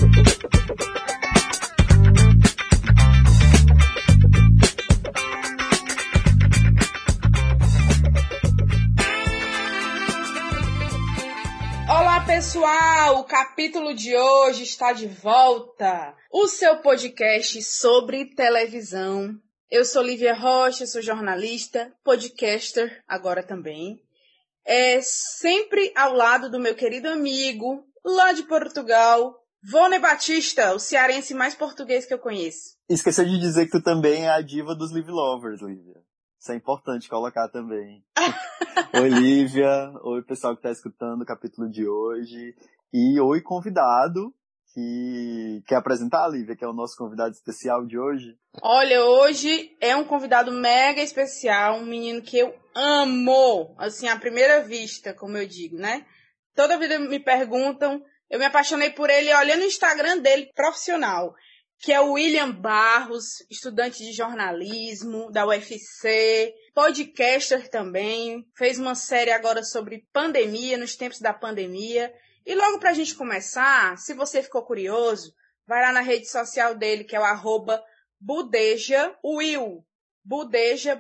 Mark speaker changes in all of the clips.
Speaker 1: Pessoal, o capítulo de hoje está de volta. O seu podcast sobre televisão. Eu sou Lívia Rocha, sou jornalista, podcaster agora também. Sempre ao lado do meu querido amigo, lá de Portugal, Vônei Batista, o cearense mais português que eu conheço.
Speaker 2: Esqueceu de dizer que tu também é a diva dos Live Lovers, Lívia. Isso é importante colocar também. Oi, Lívia. Oi, pessoal que está escutando o capítulo de hoje. E oi, convidado, que quer apresentar a Lívia, que é o nosso convidado especial de hoje.
Speaker 1: Olha, hoje é um convidado mega especial, um menino que eu amo, assim, à primeira vista, como eu digo, né? Toda vida me perguntam, eu me apaixonei por ele olhando o Instagram dele, profissional, que é o William Barros, estudante de jornalismo da UFC, podcaster também, fez uma série agora sobre pandemia, nos tempos da pandemia. E logo pra gente começar, se você ficou curioso, vai lá na rede social dele, que é o @budeja, Will, Budeja,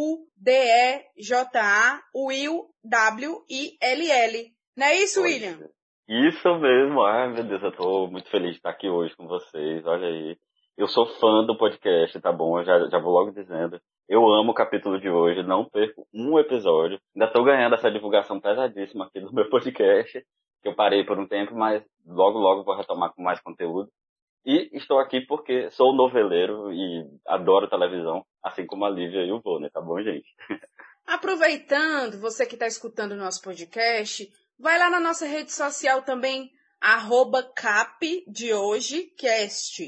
Speaker 1: Budeja, Will, W-I-L-L. Não é isso, William?
Speaker 3: Isso mesmo, ai meu Deus, eu tô muito feliz de estar aqui hoje com vocês, olha aí. Eu sou fã do podcast, tá bom? Eu já vou logo dizendo. Eu amo o capítulo de hoje, não perco um episódio. Ainda tô ganhando essa divulgação pesadíssima aqui do meu podcast, que eu parei por um tempo, mas logo vou retomar com mais conteúdo. E estou aqui porque sou noveleiro e adoro televisão, assim como a Lívia e o Vônei, tá bom, gente?
Speaker 1: Aproveitando, você que está escutando o nosso podcast, vai lá na nossa rede social também, @capdehojecast, que é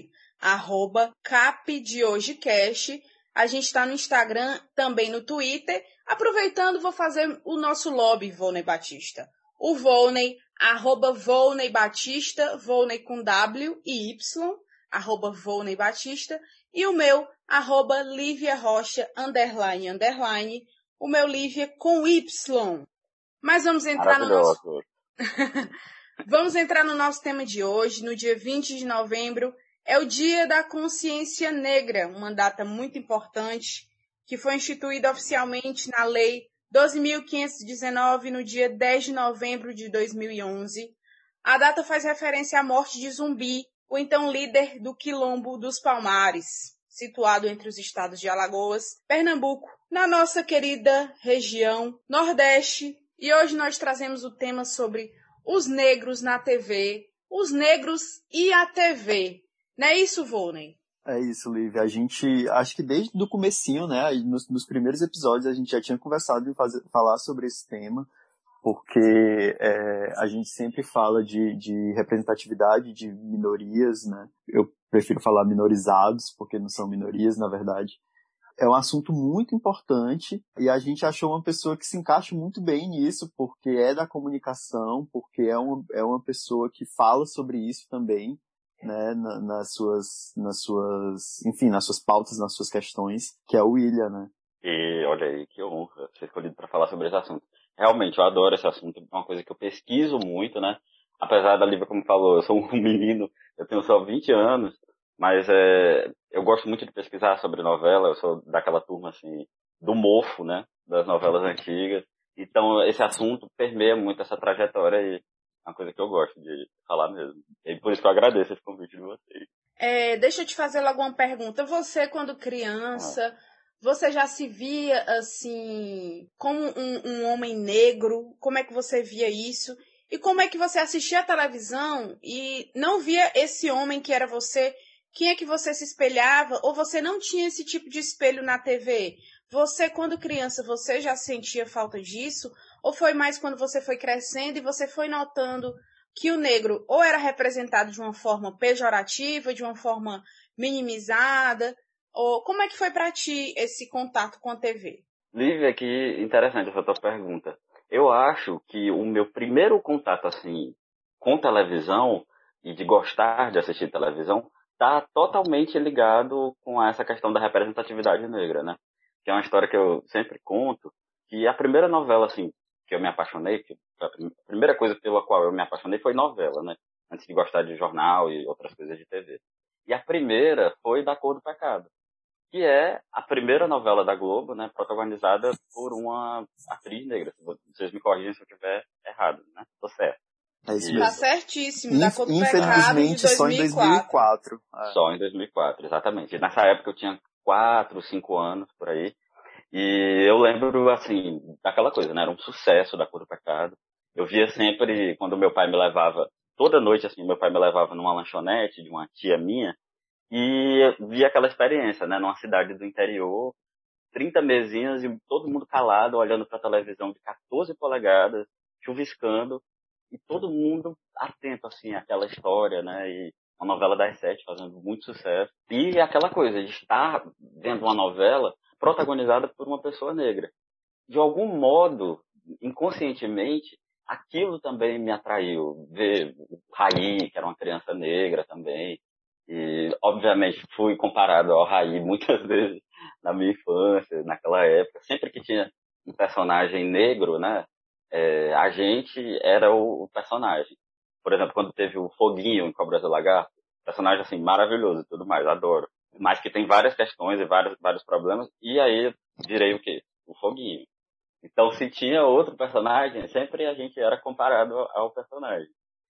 Speaker 1: @capdehojecast. A gente está no Instagram, também no Twitter. Aproveitando, vou fazer o nosso lobby, Vônei Batista. O Vônei, @Vônei Batista, Vônei com W e Y, @Vônei Batista. E o meu, @Lívia Rocha, __. O meu Lívia com Y. Mas vamos entrar no nosso... Vamos entrar no nosso tema de hoje, no dia 20 de novembro. É o Dia da Consciência Negra, uma data muito importante, que foi instituída oficialmente na Lei 12.519, no dia 10 de novembro de 2011. A data faz referência à morte de Zumbi, o então líder do Quilombo dos Palmares, situado entre os estados de Alagoas, Pernambuco, na nossa querida região Nordeste. E hoje nós trazemos o tema sobre os negros na TV, os negros e a TV. Não é isso, Vônei?
Speaker 2: É isso, Lívia. A gente, acho que desde o comecinho, né, nos primeiros episódios a gente já tinha conversado em falar sobre esse tema, porque a gente sempre fala de representatividade de minorias, né? Eu prefiro falar minorizados, porque não são minorias, na verdade. É um assunto muito importante e a gente achou uma pessoa que se encaixa muito bem nisso, porque é da comunicação, porque é uma pessoa que fala sobre isso também, né, nas suas, enfim, nas suas pautas, nas suas questões, que é o William, né?
Speaker 3: E olha aí, que honra ser escolhido para falar sobre esse assunto. Realmente, eu adoro esse assunto, é uma coisa que eu pesquiso muito, né? Apesar da Lívia, como falou, eu sou um menino, eu tenho só 20 anos, mas eu gosto muito de pesquisar sobre novela, eu sou daquela turma, assim, do mofo, né? Das novelas antigas. Então, esse assunto permeia muito essa trajetória e é uma coisa que eu gosto de falar mesmo. E por isso que eu agradeço esse convite de vocês.
Speaker 1: Deixa eu te fazer logo uma pergunta. Você, quando criança, você já se via, assim, como um homem negro? Como é que você via isso? E como é que você assistia a televisão e não via esse homem que era você? Quem é que você se espelhava? Ou você não tinha esse tipo de espelho na TV? Você, quando criança, você já sentia falta disso? Ou foi mais quando você foi crescendo e você foi notando que o negro ou era representado de uma forma pejorativa, de uma forma minimizada? Ou como é que foi para ti esse contato com a TV?
Speaker 3: Lívia, que interessante essa tua pergunta. Eu acho que o meu primeiro contato, assim, com televisão e de gostar de assistir televisão está totalmente ligado com essa questão da representatividade negra, né? Que é uma história que eu sempre conto, que a primeira novela, assim, que eu me apaixonei, que a primeira coisa pela qual eu me apaixonei foi novela, né? antes de gostar de jornal e outras coisas de TV. E a primeira foi Da Cor do Pecado, que é a primeira novela da Globo, né, protagonizada por uma atriz negra. Vocês me corrigem se eu estiver errado, né? Tô certo.
Speaker 2: É isso
Speaker 1: Tá
Speaker 2: mesmo.
Speaker 1: certíssimo, Da Cor do Pecado de
Speaker 2: Infelizmente, só em
Speaker 1: 2004.
Speaker 2: 2004.
Speaker 3: Só em 2004, exatamente. E nessa época eu tinha 4, 5 anos, por aí. E eu lembro, assim, daquela coisa, né? Era um sucesso Da Cor do Pecado. Eu via sempre, quando meu pai me levava, toda noite, assim, meu pai me levava numa lanchonete de uma tia minha, e via aquela experiência, né? Numa cidade do interior, 30 mesinhas e todo mundo calado, olhando para a televisão de 14 polegadas, chuviscando, e todo mundo atento, assim, àquela história, né? E uma novela das 7 fazendo muito sucesso. E aquela coisa de estar vendo uma novela protagonizada por uma pessoa negra. De algum modo, inconscientemente, aquilo também me atraiu. Ver o Raí, que era uma criança negra também. E, obviamente, fui comparado ao Raí muitas vezes na minha infância, naquela época. Sempre que tinha um personagem negro, né? A gente era o personagem. Por exemplo, quando teve o Foguinho em Cobras do Lagarto, personagem assim maravilhoso e tudo mais, adoro. Mas que tem várias questões e vários problemas, e aí virei o quê? O Foguinho. Então, se tinha outro personagem, sempre a gente era comparado ao personagem.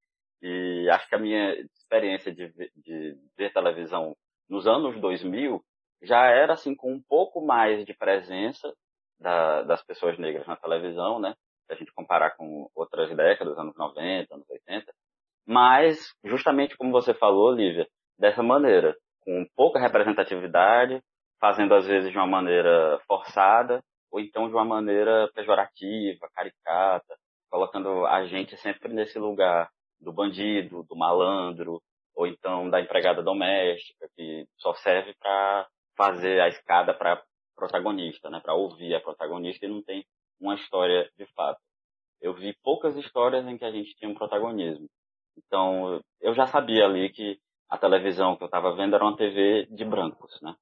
Speaker 3: E acho que a minha experiência de ver televisão nos anos 2000 já era assim com um pouco mais de presença das pessoas negras na televisão, né? Se a gente comparar com outras décadas, anos 90, anos 80. Mas, justamente como você falou, Lívia, dessa maneira, com pouca representatividade, fazendo às vezes de uma maneira forçada, ou então de uma maneira pejorativa, caricata, colocando a gente sempre nesse lugar do bandido, do malandro, ou então da empregada doméstica, que só serve para fazer a escada para protagonista, né? Para ouvir a protagonista e não tem uma história de fato. Eu vi poucas histórias em que a gente tinha um protagonismo. Então, eu já sabia ali que a televisão que eu estava vendo era uma TV de brancos, né?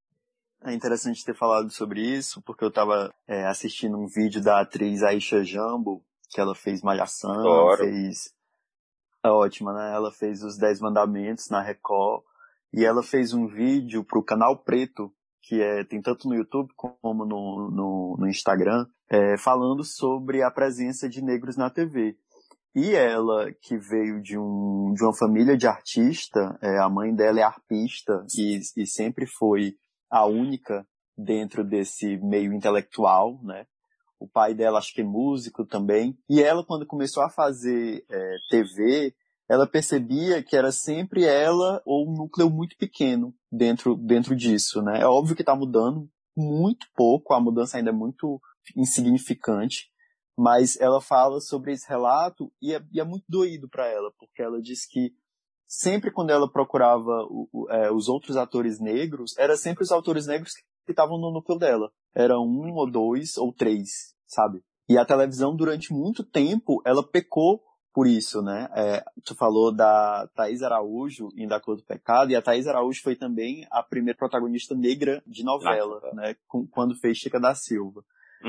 Speaker 2: É interessante ter falado sobre isso, porque eu estava assistindo um vídeo da atriz Aisha Jambo, que ela fez Malhação,
Speaker 3: Adoro.
Speaker 2: fez... É ótima, né? Ela fez Os 10 Mandamentos na Record, e ela fez um vídeo pro Canal Preto, que tem tanto no YouTube como no Instagram, falando sobre a presença de negros na TV. E ela, que veio de uma família de artista, a mãe dela é arpista e sempre foi a única dentro desse meio intelectual, né? O pai dela acho que é músico também. E ela, quando começou a fazer TV, ela percebia que era sempre ela ou um núcleo muito pequeno dentro disso, né? É óbvio que está mudando muito pouco, a mudança ainda é muito insignificante, mas ela fala sobre esse relato e é muito doído para ela, porque ela diz que sempre quando ela procurava os outros atores negros, era sempre os atores negros que estavam no núcleo dela. Era 1 ou 2 ou 3, sabe? E a televisão, durante muito tempo, ela pecou por isso, né? Tu falou da Thaís Araújo em Da Cor do Pecado, e a Thaís Araújo foi também a primeira protagonista negra de novela, né? Quando fez Chica da Silva.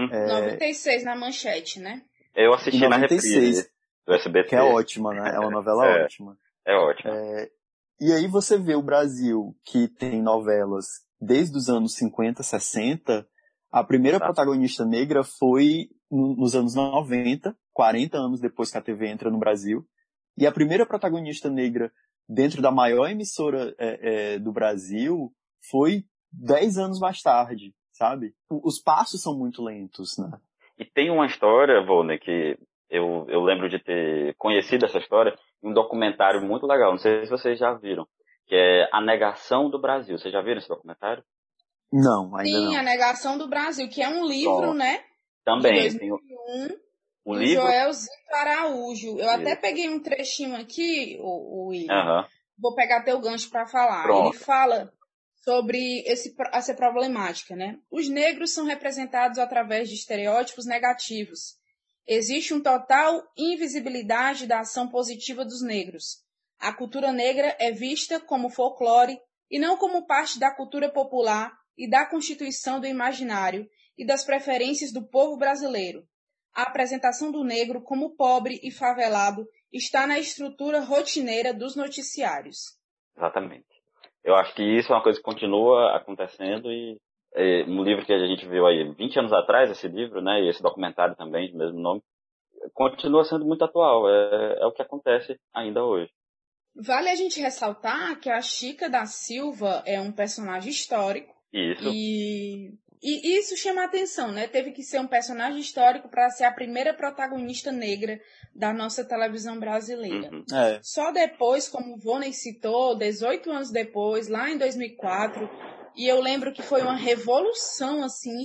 Speaker 1: 96 na Manchete, né?
Speaker 3: Eu assisti
Speaker 2: em
Speaker 3: na
Speaker 2: 96,
Speaker 3: reprise do SBT.
Speaker 2: que é ótima, né? É uma novela ótima.
Speaker 3: É ótima.
Speaker 2: E aí você vê o Brasil, que tem novelas desde os anos 50, 60, a primeira protagonista negra foi nos anos 90, 40 anos depois que a TV entra no Brasil, e a primeira protagonista negra dentro da maior emissora do Brasil foi 10 anos mais tarde, sabe? Os passos são muito lentos, né?
Speaker 3: E tem uma história, Volney, que eu lembro de ter conhecido essa história em um documentário muito legal, não sei se vocês já viram, que é A Negação do Brasil. Vocês já viram esse documentário?
Speaker 2: Não, ainda não.
Speaker 1: Sim, A Negação do Brasil, que é um livro, né?
Speaker 3: Também.
Speaker 1: De 2001,
Speaker 3: um
Speaker 1: do
Speaker 3: livro?
Speaker 1: Joel Zito Araújo. Eu até peguei um trechinho aqui, o William. Vou pegar teu gancho para falar.
Speaker 3: Pronto.
Speaker 1: Ele fala sobre essa problemática, né? Os negros são representados através de estereótipos negativos. Existe uma total invisibilidade da ação positiva dos negros. A cultura negra é vista como folclore e não como parte da cultura popular e da constituição do imaginário e das preferências do povo brasileiro. A apresentação do negro como pobre e favelado está na estrutura rotineira dos noticiários.
Speaker 3: Exatamente. Eu acho que isso é uma coisa que continua acontecendo e um livro que a gente viu aí 20 anos atrás, esse livro, né, e esse documentário também, do mesmo nome, continua sendo muito atual. É o que acontece ainda hoje.
Speaker 1: Vale a gente ressaltar que a Chica da Silva é um personagem histórico.
Speaker 3: Isso.
Speaker 1: E isso chama a atenção, né? Teve que ser um personagem histórico para ser a primeira protagonista negra da nossa televisão brasileira.
Speaker 3: Uhum.
Speaker 1: Só depois, como o Voney citou, 18 anos depois, lá em 2004, e eu lembro que foi uma revolução, assim,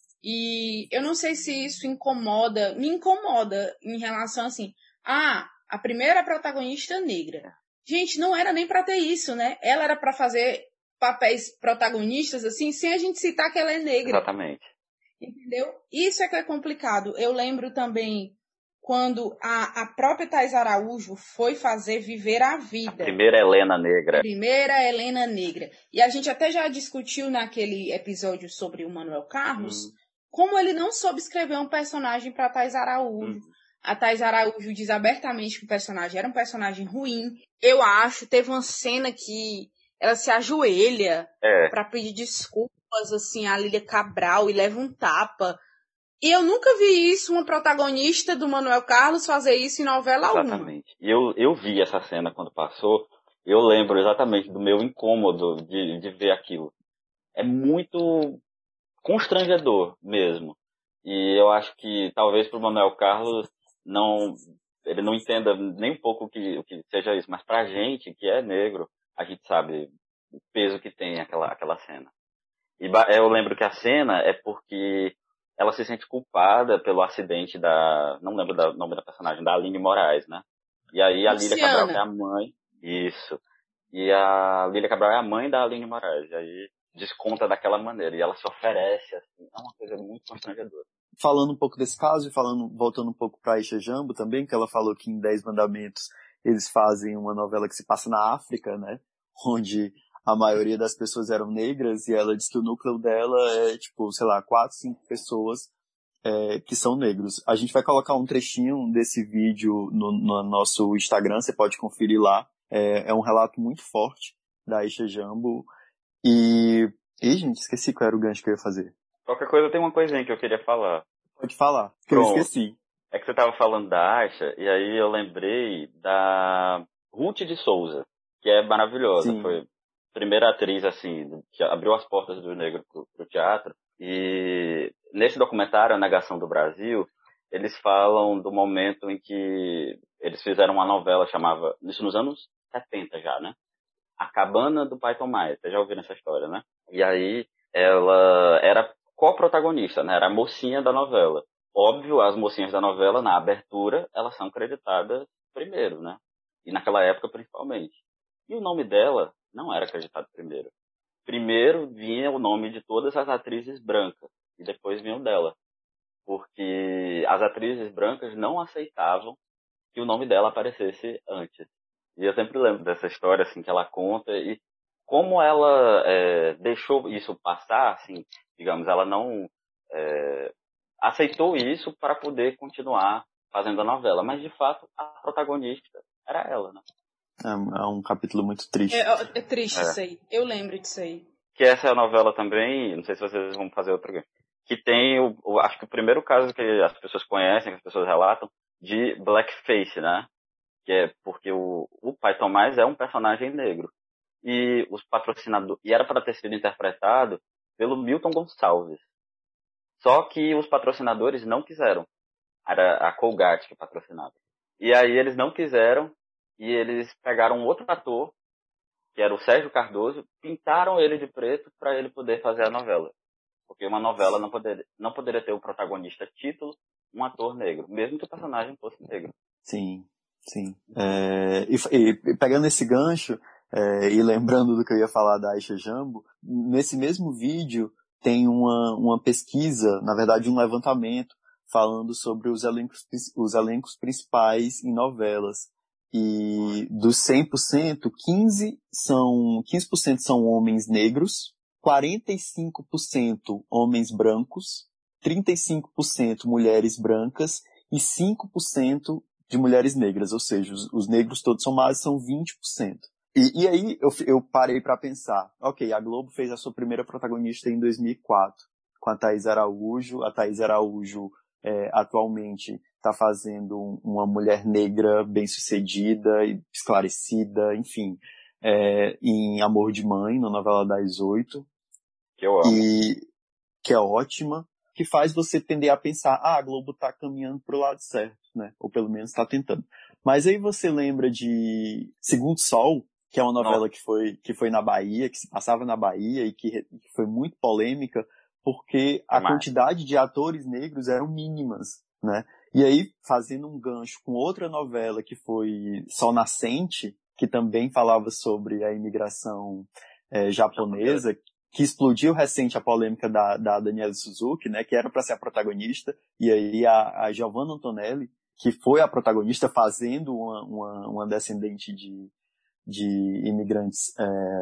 Speaker 1: e eu não sei se isso me incomoda em relação, assim, a primeira protagonista negra. Gente, não era nem para ter isso, né? Ela era para fazer papéis protagonistas, assim, sem a gente citar que ela é negra.
Speaker 3: Exatamente.
Speaker 1: Entendeu? Isso é que é complicado. Eu lembro também quando a própria Thais Araújo foi fazer Viver a Vida.
Speaker 3: A primeira Helena Negra.
Speaker 1: Primeira Helena Negra. E a gente até já discutiu naquele episódio sobre o Manuel Carlos, como ele não soube escrever um personagem para Thais Araújo. A Thais Araújo diz abertamente que o personagem era um personagem ruim. Eu acho, teve uma cena que ela se ajoelha para pedir desculpas, assim, a Lília Cabral e leva um tapa. E eu nunca vi isso, uma protagonista do Manuel Carlos fazer isso em novela alguma.
Speaker 3: Exatamente. E eu vi essa cena quando passou, eu lembro exatamente do meu incômodo de ver aquilo. É muito constrangedor mesmo. E eu acho que talvez para o Manuel Carlos ele não entenda nem um pouco o que seja isso, mas pra gente que é negro, a gente sabe o peso que tem aquela cena. E eu lembro que a cena é porque ela se sente culpada pelo acidente não lembro do nome da personagem, da Aline Moraes, né? E aí a Lília Cabral que é a mãe, isso. E a Lília Cabral é a mãe da Aline Moraes, e aí desconta daquela maneira, e ela se oferece, assim, é uma coisa muito constrangedora.
Speaker 2: Falando um pouco desse caso e voltando um pouco para Aisha Jambo também, que ela falou que em 10 Mandamentos eles fazem uma novela que se passa na África, né? Onde a maioria das pessoas eram negras e ela diz que o núcleo dela é, tipo, sei lá, 4, 5 pessoas que são negros. A gente vai colocar um trechinho desse vídeo no nosso Instagram, você pode conferir lá. É um relato muito forte da Aisha Jambo. E, gente, esqueci qual era o gancho que eu ia fazer.
Speaker 3: Qualquer coisa tem uma coisinha que eu queria falar.
Speaker 2: Pode falar, que eu esqueci.
Speaker 3: É que você estava falando da Aisha, e aí eu lembrei da Ruth de Souza, que é maravilhosa.
Speaker 2: Sim.
Speaker 3: Foi a primeira atriz, assim, que abriu as portas do negro pro teatro. E nesse documentário, A Negação do Brasil, eles falam do momento em que eles fizeram uma novela chamava, isso nos anos 70 já, né? A Cabana do Pai Tomás. Vocês já ouviram essa história, né? E aí ela era co-protagonista, né? Era a mocinha da novela. Óbvio, as mocinhas da novela, na abertura, elas são creditadas primeiro, né? E naquela época, principalmente. E o nome dela não era acreditado primeiro. Primeiro vinha o nome de todas as atrizes brancas. E depois vinha o dela. Porque as atrizes brancas não aceitavam que o nome dela aparecesse antes. E eu sempre lembro dessa história, assim, que ela conta. E como ela deixou isso passar, assim, digamos, ela não aceitou isso para poder continuar fazendo a novela. Mas, de fato, a protagonista era ela, né?
Speaker 2: É um capítulo muito triste.
Speaker 1: É triste isso aí. Eu lembro disso aí.
Speaker 3: Que essa é a novela também, não sei se vocês vão fazer outra, que tem, acho que o primeiro caso que as pessoas conhecem, que as pessoas relatam, de blackface, né? Que é porque o Pai Tomás é um personagem negro. E os patrocinadores, e era para ter sido interpretado pelo Milton Gonçalves. Só que os patrocinadores não quiseram. Era a Colgate que patrocinava. E aí eles não quiseram, e eles pegaram outro ator, que era o Sérgio Cardoso, pintaram ele de preto para ele poder fazer a novela. Porque uma novela não poderia ter o protagonista título um ator negro, mesmo que o personagem fosse negro.
Speaker 2: Sim, sim. E pegando esse gancho, e lembrando do que eu ia falar da Aisha Jambo, nesse mesmo vídeo tem uma pesquisa, na verdade um levantamento, falando sobre os elencos principais em novelas. E dos 100%, 15% são homens negros, 45% homens brancos, 35% mulheres brancas e 5% de mulheres negras, ou seja, os negros todos somados são 20%. E aí eu parei para pensar, ok, a Globo fez a sua primeira protagonista em 2004, com a Thaís Araújo. A Thaís Araújo atualmente está fazendo uma mulher negra bem-sucedida, esclarecida, enfim, em Amor de Mãe, na novela das 8.
Speaker 3: Que eu amo.
Speaker 2: E que é ótima, que faz você tender a pensar, a Globo está caminhando para o lado certo, né? Ou pelo menos está tentando. Mas aí você lembra de Segundo Sol, que é uma novela que foi na Bahia, que se passava na Bahia e que foi muito polêmica, porque a quantidade de atores negros eram mínimas, né? E aí, fazendo um gancho com outra novela que foi Sol Nascente, que também falava sobre a imigração japonesa, que explodiu recente a polêmica da Daniela Suzuki, né, que era para ser a protagonista, e aí a Giovanna Antonelli, que foi a protagonista fazendo uma descendente de imigrantes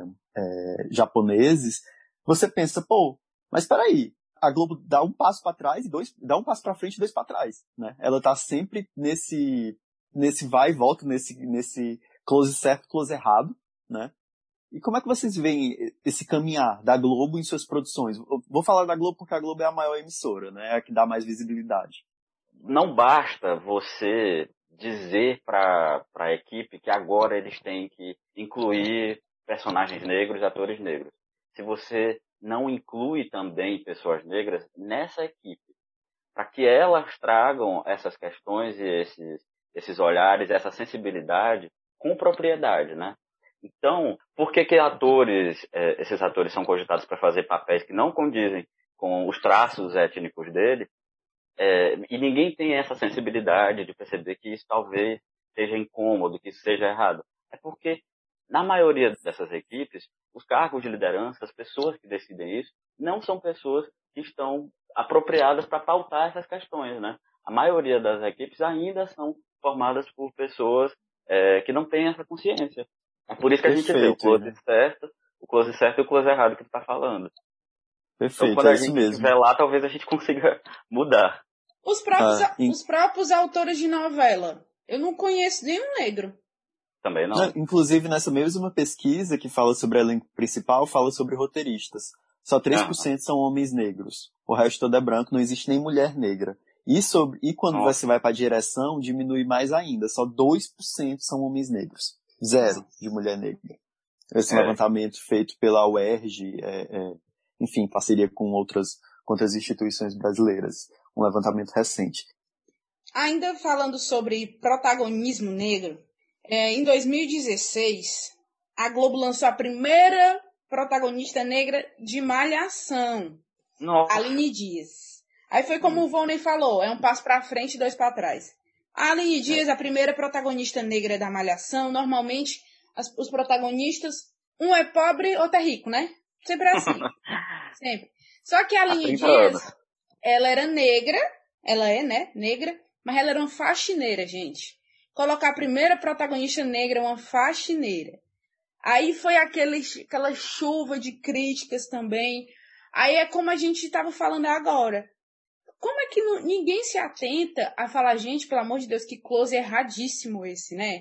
Speaker 2: japoneses. Você pensa, pô, mas peraí, a Globo dá um passo para trás e dá um passo para frente e 2 para trás, né? Ela tá sempre nesse vai e volta, nesse close certo, close errado, né? E como é que vocês veem esse caminhar da Globo em suas produções? Eu vou falar da Globo porque a Globo é a maior emissora, né? É a que dá mais visibilidade.
Speaker 3: Não basta você dizer para a equipe que agora eles têm que incluir personagens negros, atores negros. Se você não inclui também pessoas negras nessa equipe, para que elas tragam essas questões e esses olhares, essa sensibilidade com propriedade, né? Então, por que esses atores são cogitados para fazer papéis que não condizem com os traços étnicos dele? E ninguém tem essa sensibilidade de perceber que isso talvez seja incômodo, que isso seja errado. É porque, na maioria dessas equipes, os cargos de liderança, as pessoas que decidem isso, não são pessoas que estão apropriadas para pautar essas questões, né? A maioria das equipes ainda são formadas por pessoas que não têm essa consciência. É por isso que a gente vê o close certo e o close errado que tu tá falando.
Speaker 2: Perfeito,
Speaker 3: então, quando
Speaker 2: é
Speaker 3: a
Speaker 2: isso
Speaker 3: gente
Speaker 2: mesmo.
Speaker 3: estiver lá, talvez a gente consiga mudar.
Speaker 1: Os próprios autores de novela. Eu não conheço nenhum negro.
Speaker 3: Também não.
Speaker 2: Inclusive, nessa mesma pesquisa que fala sobre o elenco principal, fala sobre roteiristas. Só 3% são homens negros. O resto todo é branco, não existe nem mulher negra. E quando você vai para a direção, diminui mais ainda. Só 2% são homens negros. 0 de mulher negra. Esse levantamento feito pela UERJ, enfim, em parceria com outras instituições brasileiras. Um levantamento recente.
Speaker 1: Ainda falando sobre protagonismo negro, em 2016, a Globo lançou a primeira protagonista negra de Malhação, Aline Dias. Aí foi como o Volney falou, é um passo para frente e 2 para trás. A Aline Dias, a primeira protagonista negra da Malhação, normalmente os protagonistas, um é pobre, outro é rico, né? Sempre é assim. Sempre. Só que a Aline Dias, ela era negra, ela é, né, negra, mas ela era uma faxineira, gente. Colocar a primeira protagonista negra, uma faxineira. Aí foi aquela chuva de críticas também. Aí é como a gente estava falando agora. Como é que ninguém se atenta a falar, gente, pelo amor de Deus, que close erradíssimo esse, né?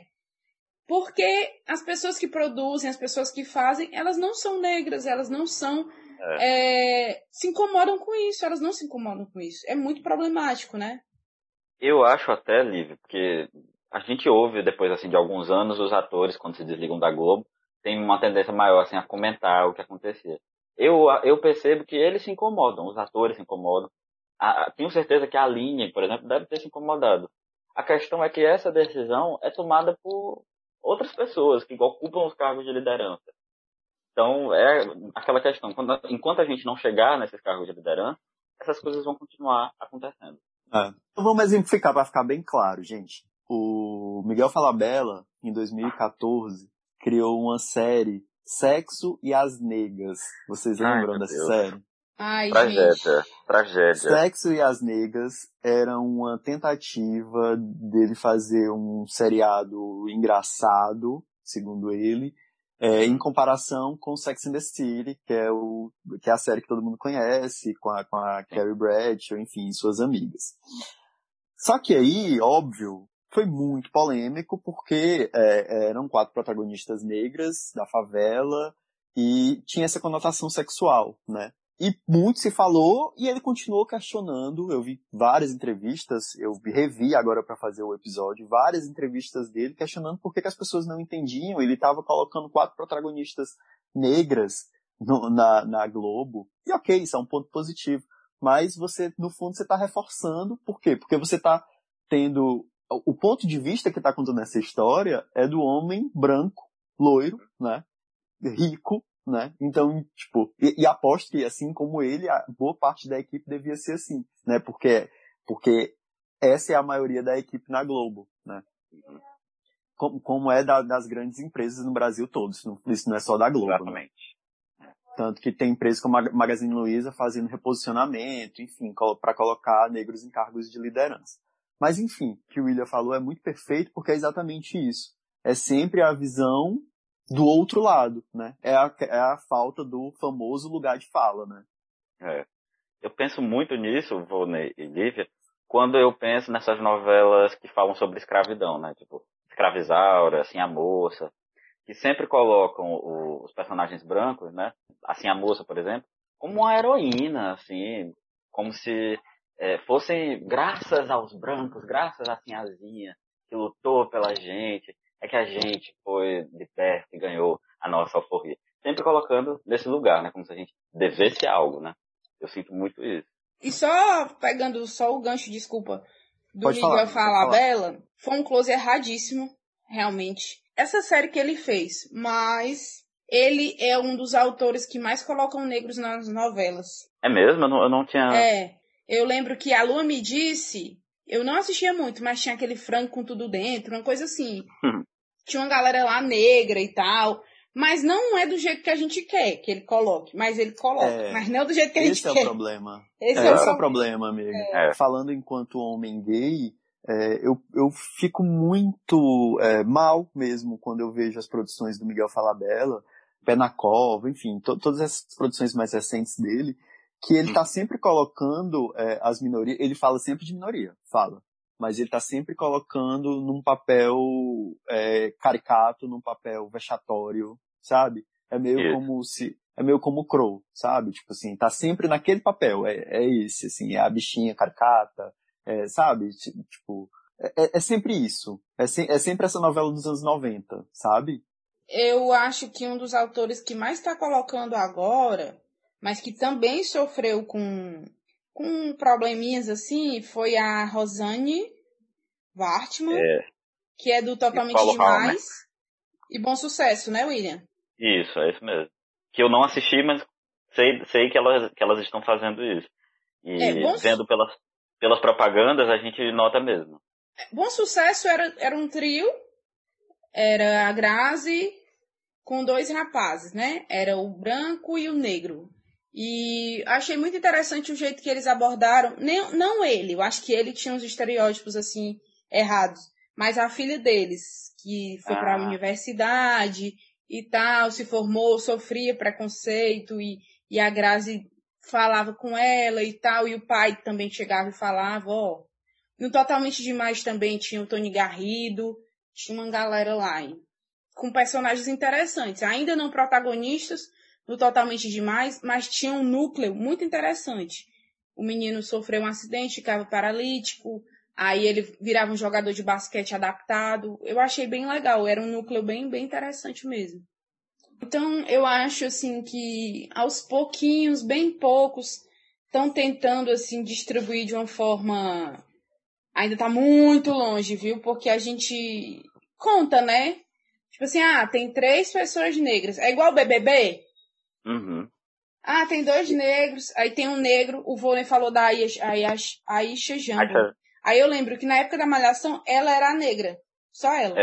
Speaker 1: Porque as pessoas que produzem, as pessoas que fazem, elas não são negras, elas não são... se incomodam com isso, elas não se incomodam com isso. É muito problemático, né?
Speaker 3: Eu acho até, Lívia, porque a gente ouve depois assim de alguns anos os atores, quando se desligam da Globo, tem uma tendência maior assim, a comentar o que acontecia. Eu percebo que eles se incomodam, os atores se incomodam. Tenho certeza que a Aline, por exemplo, deve ter se incomodado. A questão é que essa decisão é tomada por outras pessoas que ocupam os cargos de liderança. Então, é aquela questão, enquanto a gente não chegar nesses cargos de liderança, essas coisas vão continuar acontecendo.
Speaker 2: Então vamos exemplificar para ficar bem claro, gente. O Miguel Falabella, em 2014, criou uma série Sexo e as Negas. Vocês lembram dessa série?
Speaker 1: Ai,
Speaker 3: Tragédia.
Speaker 2: Sexo e as Negas era uma tentativa dele fazer um seriado engraçado, segundo ele, em comparação com Sex and the City, que é a série que todo mundo conhece, com a Carrie Bradshaw, enfim, suas amigas. Só que aí, óbvio, foi muito polêmico porque eram 4 protagonistas negras da favela e tinha essa conotação sexual, né? E muito se falou e ele continuou questionando. Eu vi várias entrevistas, revi agora para fazer o episódio, várias entrevistas dele questionando por que as pessoas não entendiam. Ele estava colocando 4 protagonistas negras na Globo. E ok, isso é um ponto positivo. Mas você, no fundo, você está reforçando. Por quê? Porque você está tendo... O ponto de vista que está contando essa história é do homem branco, loiro, né? Rico, né? Então, tipo, e aposto que assim como ele, a boa parte da equipe devia ser assim, né? Porque essa é a maioria da equipe na Globo, né? Como é das grandes empresas no Brasil todo, isso não é só da Globo.
Speaker 3: Exatamente.
Speaker 2: Né? Tanto que tem empresas como a Magazine Luiza fazendo reposicionamento, enfim, para colocar negros em cargos de liderança. Mas, enfim, o que o William falou é muito perfeito porque é exatamente isso. É sempre a visão do outro lado, né? É a falta do famoso lugar de fala, né?
Speaker 3: Eu penso muito nisso, Volney e Lívia, quando eu penso nessas novelas que falam sobre escravidão, né? Tipo, Escravizaura, Assim a Moça, que sempre colocam os personagens brancos, né? Assim a Moça, por exemplo, como uma heroína, assim, como se fossem graças aos brancos, graças à Sinhazinha, que lutou pela gente, é que a gente foi de perto e ganhou a nossa alforria. Sempre colocando nesse lugar, né? Como se a gente devesse algo, né? Eu sinto muito isso.
Speaker 1: E só pegando só o gancho, desculpa, do
Speaker 2: Pode
Speaker 1: Miguel
Speaker 2: falar.
Speaker 1: Falabella, foi um close erradíssimo, realmente. Essa série que ele fez, mas ele é um dos autores que mais colocam negros nas novelas.
Speaker 3: É mesmo? Eu não tinha...
Speaker 1: Eu lembro que A Lua Me Disse, eu não assistia muito, mas tinha aquele frango com tudo dentro, uma coisa assim. Tinha uma galera lá negra e tal, mas não é do jeito que a gente quer que ele coloque, mas ele coloca, mas não do jeito que a gente quer.
Speaker 2: Esse é o problema.
Speaker 1: Esse é
Speaker 2: o problema, amigo. Falando enquanto homem gay, eu fico muito mal mesmo quando eu vejo as produções do Miguel Falabella, Pé na Cova, enfim, todas essas produções mais recentes dele, que ele tá sempre colocando as minorias, ele fala sempre de minoria, mas ele tá sempre colocando num papel caricato, num papel vexatório, sabe? É meio como o Crow, sabe? Tipo assim, tá sempre naquele papel, é esse, assim, é a bichinha caricata, sabe? Tipo, é sempre isso. É sempre essa novela dos anos 90, sabe?
Speaker 1: Eu acho que um dos autores que mais tá colocando agora, mas que também sofreu com probleminhas assim, foi a Rosane Wartman, que é do Totalmente Demais e Bom Sucesso, né, William?
Speaker 3: Isso, é isso mesmo. Que eu não assisti, mas sei que elas estão fazendo isso. E vendo pelas propagandas, a gente nota mesmo.
Speaker 1: Bom Sucesso era um trio, era a Grazi com 2 rapazes, né? Era o branco e o negro. E achei muito interessante o jeito que eles abordaram, não ele, eu acho que ele tinha uns estereótipos assim errados, mas a filha deles, que foi para a universidade e tal, se formou, sofria preconceito e a Grazi falava com ela e tal, e o pai também chegava e falava, No Totalmente Demais também tinha o Tony Garrido, tinha uma galera lá, hein? Com personagens interessantes, ainda não protagonistas no Totalmente Demais, mas tinha um núcleo muito interessante. O menino sofreu um acidente, ficava paralítico, aí ele virava um jogador de basquete adaptado. Eu achei bem legal, era um núcleo bem, bem interessante mesmo. Então, eu acho assim que aos pouquinhos, bem poucos, estão tentando assim distribuir de uma forma... Ainda está muito longe, viu? Porque a gente conta, né? Tipo assim, tem 3 pessoas negras. É igual o BBB?
Speaker 3: Uhum.
Speaker 1: Tem 2 negros. Aí tem um negro. O Volney falou da Aisha Jambo. Aí eu lembro que na época da Malhação, ela era a negra. Só ela.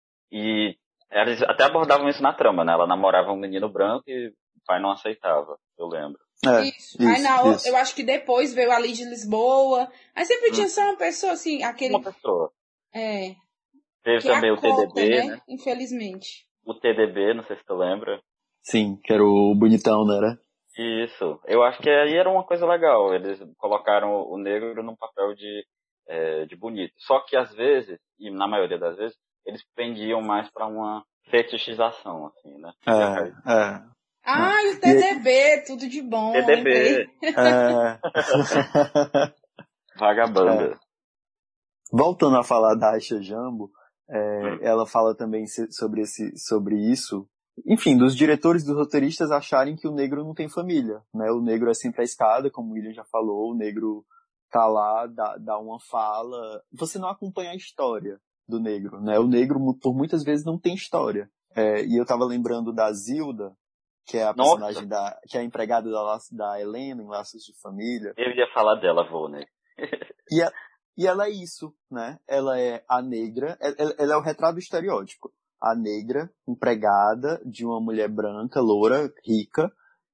Speaker 3: E eles até abordavam isso na trama, né? Ela namorava um menino branco e o pai não aceitava, eu lembro.
Speaker 1: Isso. Aí eu acho que depois veio a Liz de Lisboa. Aí sempre tinha só uma pessoa assim, aquele...
Speaker 3: Uma pessoa. Teve
Speaker 1: que
Speaker 3: também o
Speaker 1: cota,
Speaker 3: TDB, né?
Speaker 1: Infelizmente.
Speaker 3: O TDB, não sei se tu lembra.
Speaker 2: Sim, que era o bonitão, né?
Speaker 3: Isso. Eu acho que aí era uma coisa legal. Eles colocaram o negro num papel de de bonito. Só que às vezes, e na maioria das vezes, eles pendiam mais para uma fetichização, assim, né?
Speaker 1: Ai, o TDB, tudo de bom, lembrei.
Speaker 3: Vagabanda.
Speaker 2: Voltando a falar da Aisha Jambo, ela fala também sobre isso. Enfim, dos diretores e dos roteiristas acharem que o negro não tem família, né? O negro é sempre a escada, como o William já falou, o negro tá lá, dá uma fala. Você não acompanha a história do negro, né? O negro, por muitas vezes, não tem história. E eu tava lembrando da Zilda, que é a personagem que é a empregada da Helena em Laços de Família.
Speaker 3: Eu ia falar dela, Volney.
Speaker 2: E ela é isso, né? Ela é a negra, ela é o retrato do estereótipo. A negra, empregada de uma mulher branca, loura, rica,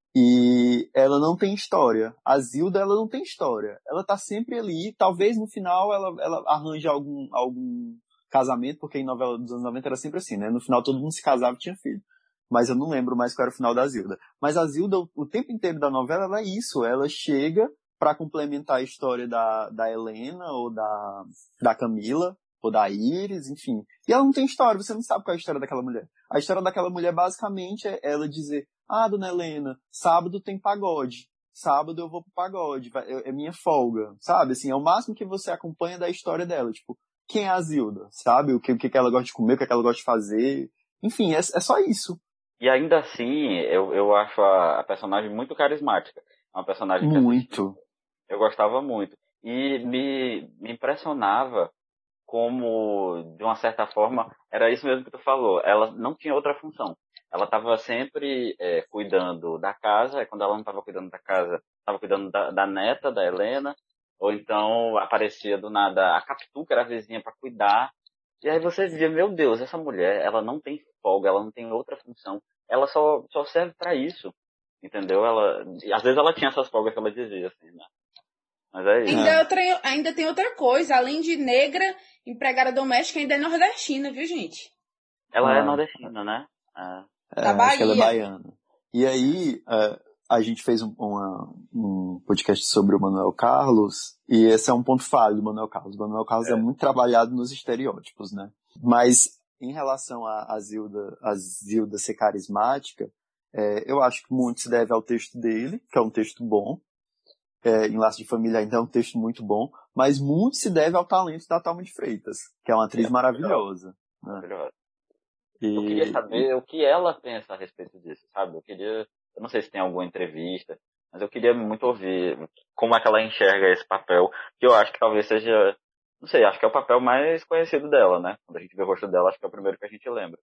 Speaker 2: e ela não tem história. A Zilda, ela não tem história. Ela tá sempre ali, talvez no final ela arranje algum casamento, porque em novela dos anos 90 era sempre assim, né? No final todo mundo se casava e tinha filho. Mas eu não lembro mais qual era o final da Zilda. Mas a Zilda, o tempo inteiro da novela, ela é isso. Ela chega para complementar a história da Helena, ou da Camila, ou da Iris, enfim. E ela não tem história, você não sabe qual é a história daquela mulher. A história daquela mulher, basicamente, é ela dizer: dona Helena, sábado tem pagode. Sábado eu vou pro pagode, é minha folga, sabe? Assim, é o máximo que você acompanha da história dela. Tipo, quem é a Zilda, sabe? O que ela gosta de comer, o que ela gosta de fazer. Enfim, é só isso.
Speaker 3: E ainda assim, eu acho a personagem muito carismática. É uma personagem que eu gostava muito. E me impressionava como, de uma certa forma, era isso mesmo que tu falou. Ela não tinha outra função. Ela estava sempre cuidando da casa, e quando ela não estava cuidando da casa, estava cuidando da neta, da Helena, ou então aparecia do nada a Capitu, que era a vizinha, para cuidar. E aí você via, meu Deus, essa mulher, ela não tem folga, ela não tem outra função, ela só serve para isso, entendeu? Às vezes ela tinha essas folgas que ela dizia, assim, né? Mas é isso.
Speaker 1: Ainda tem outra coisa, além de negra, empregada doméstica, ainda é nordestina, viu, gente?
Speaker 3: Ela é nordestina, né?
Speaker 1: Da Bahia.
Speaker 2: Acho que ela é baiana. E aí, a gente fez um podcast sobre o Manuel Carlos, e esse é um ponto falho do Manuel Carlos. O Manuel Carlos é muito trabalhado nos estereótipos, né? Mas, em relação a Zilda ser carismática, eu acho que muito se deve ao texto dele, que é um texto bom. Em Laço de Família ainda é um texto muito bom, mas muito se deve ao talento da Thalma de Freitas, que é uma atriz maravilhosa.
Speaker 3: Maravilhosa. Eu queria saber o que ela pensa a respeito disso, sabe? Eu não sei se tem alguma entrevista, mas eu queria muito ouvir como é que ela enxerga esse papel, que eu acho que talvez seja, não sei, acho que é o papel mais conhecido dela, né? Quando a gente vê o rosto dela, acho que é o primeiro que a gente lembra.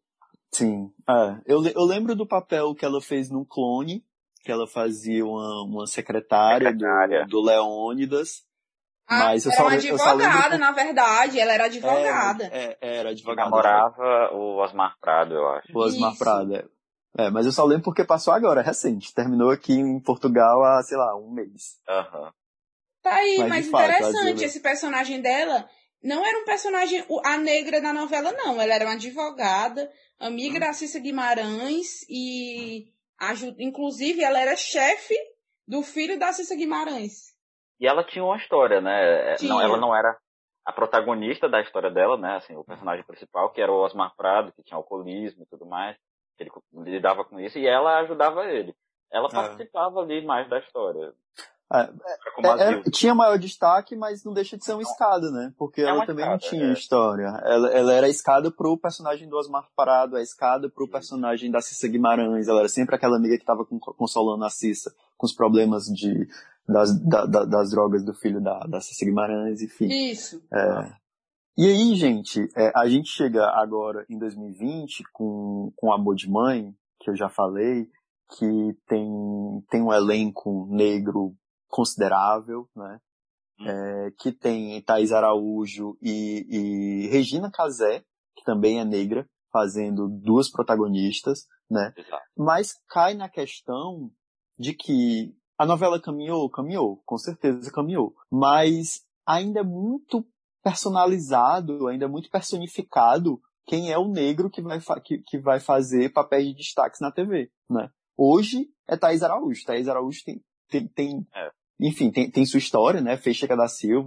Speaker 2: Sim, eu lembro do papel que ela fez no Clone, que ela fazia uma secretária. Do Leônidas. Mas
Speaker 1: era uma advogada, na verdade, ela era advogada.
Speaker 2: Era advogada.
Speaker 3: Namorava o Osmar Prado, eu acho.
Speaker 2: O Osmar Prado, mas eu só lembro porque passou agora, recente. Terminou aqui em Portugal há, sei lá, um mês.
Speaker 3: Uhum.
Speaker 1: Tá aí, mas interessante, esse personagem dela não era um personagem, a negra da novela, não. Ela era uma advogada, amiga da Cissa Guimarães e, inclusive, ela era chefe do filho da Cissa Guimarães.
Speaker 3: E ela tinha uma história, né?
Speaker 1: Tinha.
Speaker 3: Ela não era a protagonista da história dela, né? Assim, o personagem principal, que era o Osmar Prado, que tinha alcoolismo e tudo mais. Ele lidava com isso e ela ajudava ele. Ela participava ali mais da história.
Speaker 2: Tinha maior destaque, mas não deixa de ser uma escada, né? Porque ela também não tinha história. Ela era a escada pro personagem do Osmar Prado, a escada pro personagem da Cissa Guimarães. Ela era sempre aquela amiga que tava consolando a Cissa com os problemas das drogas do filho da Cissa Guimarães, enfim.
Speaker 1: Isso.
Speaker 2: E aí, gente, a gente chega agora em 2020 com Amor de Mãe, que eu já falei, que tem um elenco negro considerável, né? Que tem Thaís Araújo e Regina Casé, que também é negra, fazendo duas protagonistas, né?
Speaker 3: Exato.
Speaker 2: Mas cai na questão de que a novela caminhou, com certeza caminhou, mas ainda é muito personalizado, ainda é muito personificado quem é o negro que vai fazer papéis de destaques na TV, né? Hoje é Thaís Araújo. Thaís Araújo enfim, tem sua história, né? Fez Chega da Silva.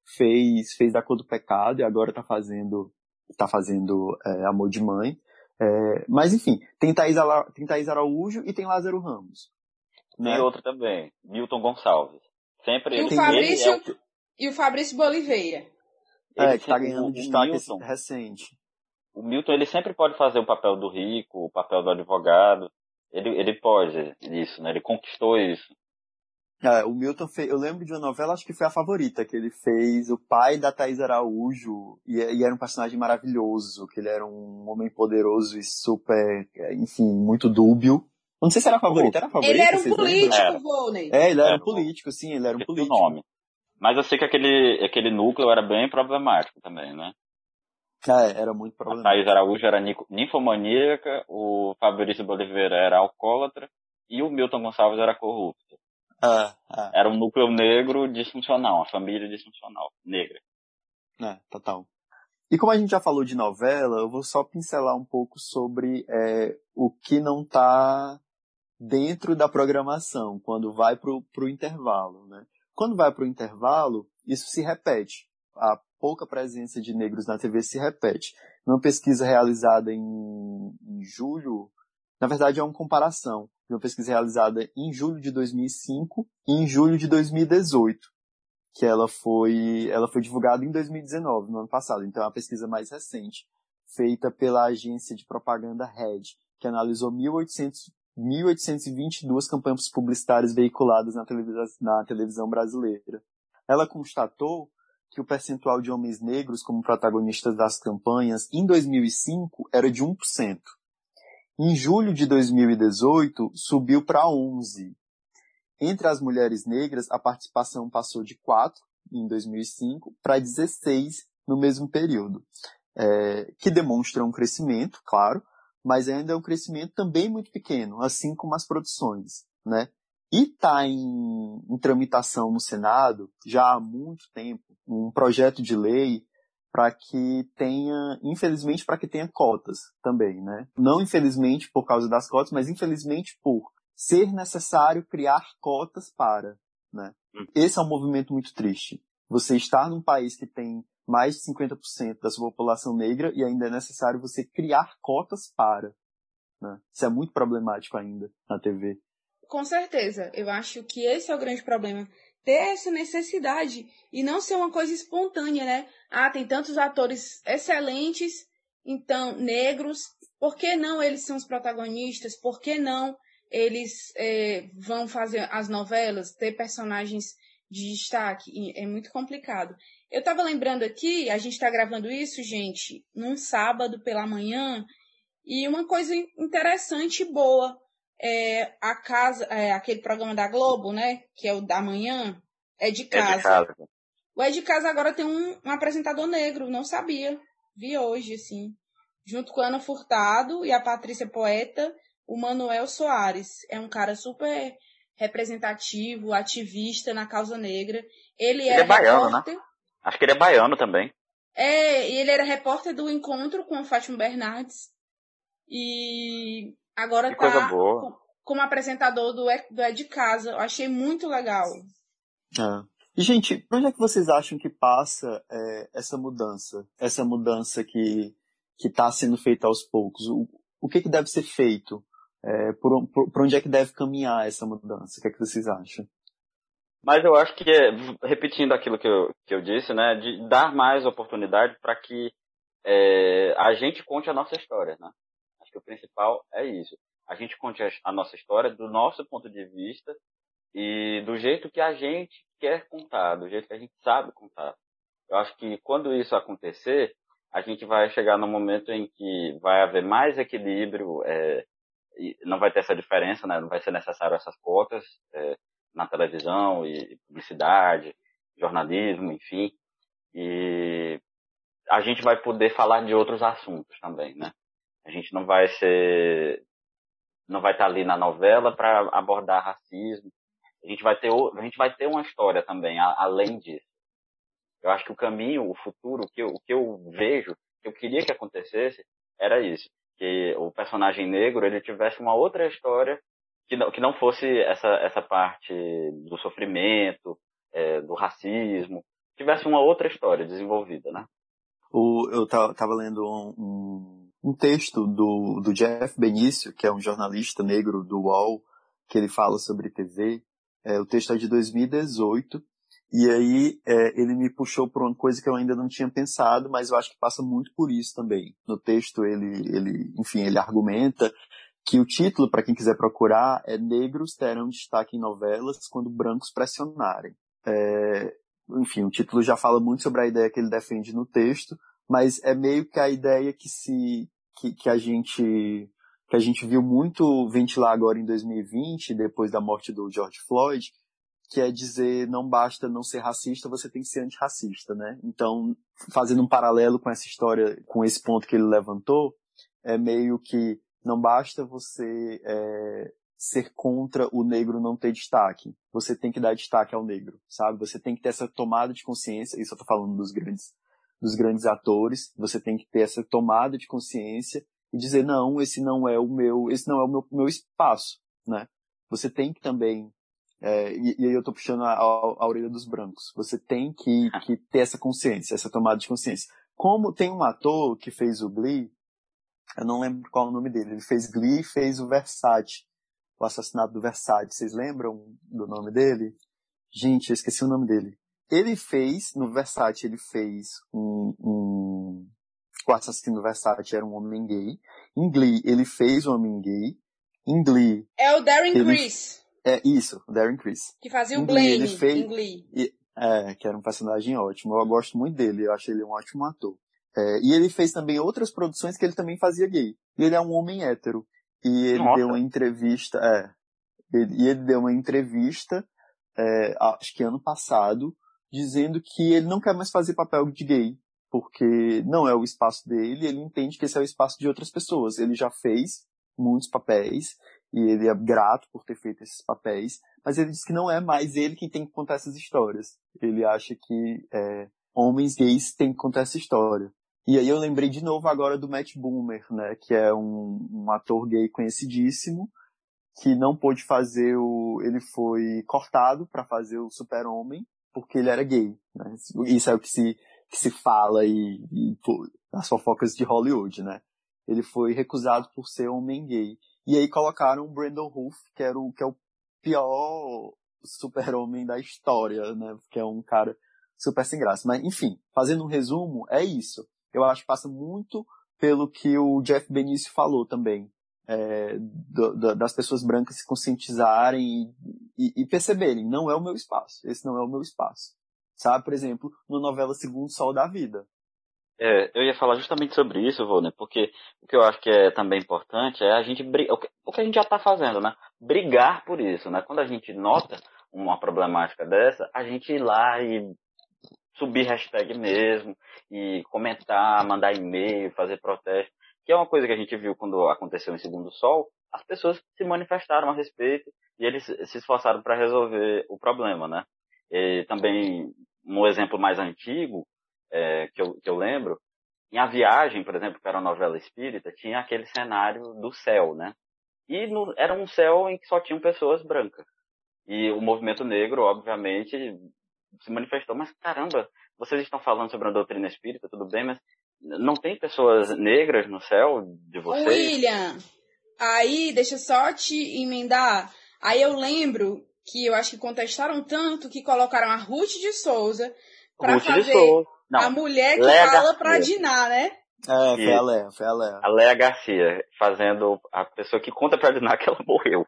Speaker 2: fez Da Cor do Pecado e agora tá fazendo Amor de Mãe. Mas enfim, tem Thaís Araújo e tem Lázaro Ramos.
Speaker 3: Tem
Speaker 2: Né?
Speaker 3: outro também, Milton Gonçalves. Sempre
Speaker 1: E o
Speaker 3: ele
Speaker 1: Fabrício,
Speaker 3: é o...
Speaker 1: e o Fabrício Boliveira.
Speaker 2: Que tá ganhando destaque recente.
Speaker 3: O Milton, ele sempre pode fazer o papel do rico, o papel do advogado. Ele pode isso, né? Ele conquistou isso.
Speaker 2: O Milton fez, eu lembro de uma novela, acho que foi A Favorita, que ele fez o pai da Thaís Araújo, e era um personagem maravilhoso, que ele era um homem poderoso e super, enfim, muito dúbio. Não sei se era A Favorita, era A Favorita?
Speaker 1: Ele era um
Speaker 2: vocês
Speaker 1: político,
Speaker 2: lembram?
Speaker 1: Volney.
Speaker 2: Ele era um político, sim, ele era um político.
Speaker 3: O nome. Mas eu sei que aquele núcleo era bem problemático também, né?
Speaker 2: Era muito
Speaker 3: A
Speaker 2: problemático.
Speaker 3: Thaís Araújo era ninfomaníaca, o Fabrício Boliveira era alcoólatra e o Milton Gonçalves era corrupto. Era um núcleo negro disfuncional, uma família disfuncional, negra.
Speaker 2: Total. E como a gente já falou de novela, eu vou só pincelar um pouco sobre o que não está dentro da programação, quando vai pro intervalo, né? Quando vai pro intervalo, isso se repete. A pouca presença de negros na TV se repete. Numa pesquisa realizada em julho, na verdade é uma comparação de uma pesquisa realizada em julho de 2005 e em julho de 2018, que ela foi divulgada em 2019, no ano passado. Então é uma pesquisa mais recente, feita pela agência de propaganda Red, que analisou 1.822 campanhas publicitárias veiculadas na televisão brasileira. Ela constatou que o percentual de homens negros como protagonistas das campanhas em 2005 era de 1%. Em julho de 2018, subiu para 11%. Entre as mulheres negras, a participação passou de 4% em 2005 para 16% no mesmo período, que demonstra um crescimento, claro, mas ainda é um crescimento também muito pequeno, assim como as produções, né? E está em tramitação no Senado, já há muito tempo, um projeto de lei para que tenha, infelizmente, para que tenha cotas também, né? Não infelizmente por causa das cotas, mas infelizmente por ser necessário criar cotas para, né? Esse é um movimento muito triste. Você estar num país que tem mais de 50% da sua população negra e ainda é necessário você criar cotas para, né? Isso é muito problemático ainda na TV.
Speaker 1: Com certeza. Eu acho que esse é o grande problema. Ter essa necessidade e não ser uma coisa espontânea, né? Tem tantos atores excelentes, então, negros. Por que não eles são os protagonistas? Por que não eles vão fazer as novelas, ter personagens de destaque? E é muito complicado. Eu estava lembrando aqui, a gente está gravando isso, gente, num sábado pela manhã, e uma coisa interessante e boa. A casa, aquele programa da Globo, né, que é o da manhã, É de Casa. O É de Casa agora tem um apresentador negro, não sabia. Vi hoje, assim. Junto com a Ana Furtado e a Patrícia Poeta, o Manuel Soares. É um cara super representativo, ativista na causa negra. Ele
Speaker 3: é baiano,
Speaker 1: repórter.
Speaker 3: Né? Acho que ele é baiano também.
Speaker 1: E ele era repórter do Encontro com a Fátima Bernardes. E agora está como apresentador do É de Casa. Eu achei muito legal.
Speaker 2: E, gente, por onde é que vocês acham que passa essa mudança? Essa mudança que está sendo feita aos poucos? O que deve ser feito? Por onde é que deve caminhar essa mudança? O que é que vocês acham?
Speaker 3: Mas eu acho que, repetindo aquilo que eu disse, né, de dar mais oportunidade para que a gente conte a nossa história, né? Acho que o principal é isso. A gente conte a nossa história do nosso ponto de vista e do jeito que a gente quer contar, do jeito que a gente sabe contar. Eu acho que quando isso acontecer, a gente vai chegar num momento em que vai haver mais equilíbrio, e não vai ter essa diferença, né? Não vai ser necessário essas cotas na televisão e publicidade, jornalismo, enfim. E a gente vai poder falar de outros assuntos também, né? A gente não vai estar ali na novela para abordar racismo. A gente vai ter uma história também, além disso. Eu acho que o caminho, o futuro, o que eu vejo, que eu queria que acontecesse, era isso. Que o personagem negro, ele tivesse uma outra história que não fosse essa parte do sofrimento, do racismo, tivesse uma outra história desenvolvida, né?
Speaker 2: Eu tava lendo um texto do Jeff Benício, que é um jornalista negro do UOL, que ele fala sobre TV. O texto é de 2018, e aí ele me puxou por uma coisa que eu ainda não tinha pensado, mas eu acho que passa muito por isso também. No texto ele argumenta que o título, para quem quiser procurar, é Negros terão destaque em novelas quando brancos pressionarem. Enfim, o título já fala muito sobre a ideia que ele defende no texto, mas é meio que a ideia que a gente viu muito ventilar agora em 2020, depois da morte do George Floyd, que é dizer, não basta não ser racista, você tem que ser antirracista, né? Então, fazendo um paralelo com essa história, com esse ponto que ele levantou, é meio que não basta você ser contra o negro não ter destaque. Você tem que dar destaque ao negro, sabe? Você tem que ter essa tomada de consciência, isso eu tô falando dos grandes atores, você tem que ter essa tomada de consciência e dizer, não, esse não é o meu espaço, né? Você tem que também, e aí eu tô puxando a orelha dos brancos, você tem que ter essa consciência, essa tomada de consciência. Como tem um ator que fez o Glee, eu não lembro qual é o nome dele, ele fez Glee e fez o Versace, o assassinato do Versace, vocês lembram do nome dele? Gente, eu esqueci o nome dele. Ele fez, no Versace, ele fez o assassino do Versace era um homem gay. Em Glee, ele fez um homem gay. Em Glee...
Speaker 1: É o Darren Criss.
Speaker 2: Isso, o Darren Criss.
Speaker 1: Que fazia
Speaker 2: em
Speaker 1: o Blaine
Speaker 2: Glee, ele fez,
Speaker 1: em Glee.
Speaker 2: Que era um personagem ótimo. Eu gosto muito dele, eu acho ele um ótimo ator. E ele fez também outras produções que ele também fazia gay. E ele é um homem hétero. E ele deu uma entrevista... ele deu uma entrevista, acho que ano passado, dizendo que ele não quer mais fazer papel de gay, porque não é o espaço dele, ele entende que esse é o espaço de outras pessoas. Ele já fez muitos papéis, e ele é grato por ter feito esses papéis, mas ele diz que não é mais ele quem tem que contar essas histórias. Ele acha que homens gays têm que contar essa história. E aí eu lembrei de novo agora do Matt Bomer, né, que é um ator gay conhecidíssimo, que não pôde fazer ele foi cortado para fazer o Super-Homem, porque ele era gay, né? Isso é o que se fala e as fofocas de Hollywood, né? Ele foi recusado por ser homem gay. E aí colocaram o Brandon Routh, que é o pior Super-Homem da história, né? Que é um cara super sem graça. Mas, enfim, fazendo um resumo, é isso. Eu acho que passa muito pelo que o Jeff Benício falou também. Das pessoas brancas se conscientizarem e perceberem, não é o meu espaço, esse não é o meu espaço, sabe? Por exemplo, no novela Segundo Sol da Vida.
Speaker 3: Eu ia falar justamente sobre isso, Vô, né? Porque o que eu acho que é também importante é a gente o que a gente já está fazendo, né? Brigar por isso, né? Quando a gente nota uma problemática dessa, a gente ir lá e subir hashtag mesmo, e comentar, mandar e-mail, fazer protesto, que é uma coisa que a gente viu quando aconteceu em Segundo Sol. As pessoas se manifestaram a respeito e eles se esforçaram para resolver o problema, né? E também, um exemplo mais antigo, que eu lembro, em A Viagem, por exemplo, que era uma novela espírita, tinha aquele cenário do céu, né? E era um céu em que só tinham pessoas brancas. E o movimento negro, obviamente, se manifestou, mas caramba, vocês estão falando sobre a doutrina espírita, tudo bem, mas não tem pessoas negras no céu de vocês?
Speaker 1: William, aí, deixa eu só te emendar. Aí eu lembro que eu acho que contestaram tanto que colocaram a Ruth de Souza pra fazer a mulher que fala pra Diná, né?
Speaker 2: Foi a Léa.
Speaker 3: A Léa Garcia, fazendo a pessoa que conta pra Diná que ela morreu.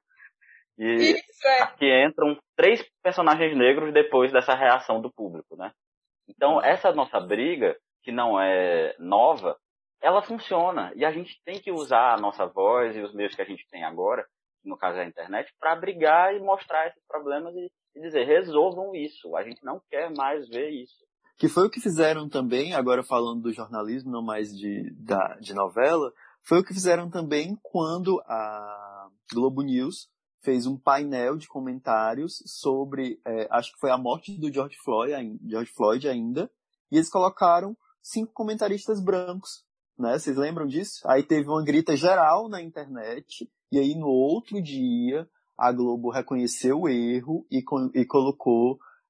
Speaker 3: E aqui entram 3 personagens negros depois dessa reação do público, né? Então, essa nossa briga, que não é nova, ela funciona. E a gente tem que usar a nossa voz e os meios que a gente tem agora, no caso é a internet, para brigar e mostrar esses problemas e dizer, resolvam isso. A gente não quer mais ver isso.
Speaker 2: Que foi o que fizeram também, agora falando do jornalismo, não mais de novela, foi o que fizeram também quando a Globo News fez um painel de comentários sobre, acho que foi a morte do George Floyd ainda, e eles colocaram 5 comentaristas brancos, né? Vocês lembram disso? Aí teve uma grita geral na internet, e aí no outro dia a Globo reconheceu o erro e colocou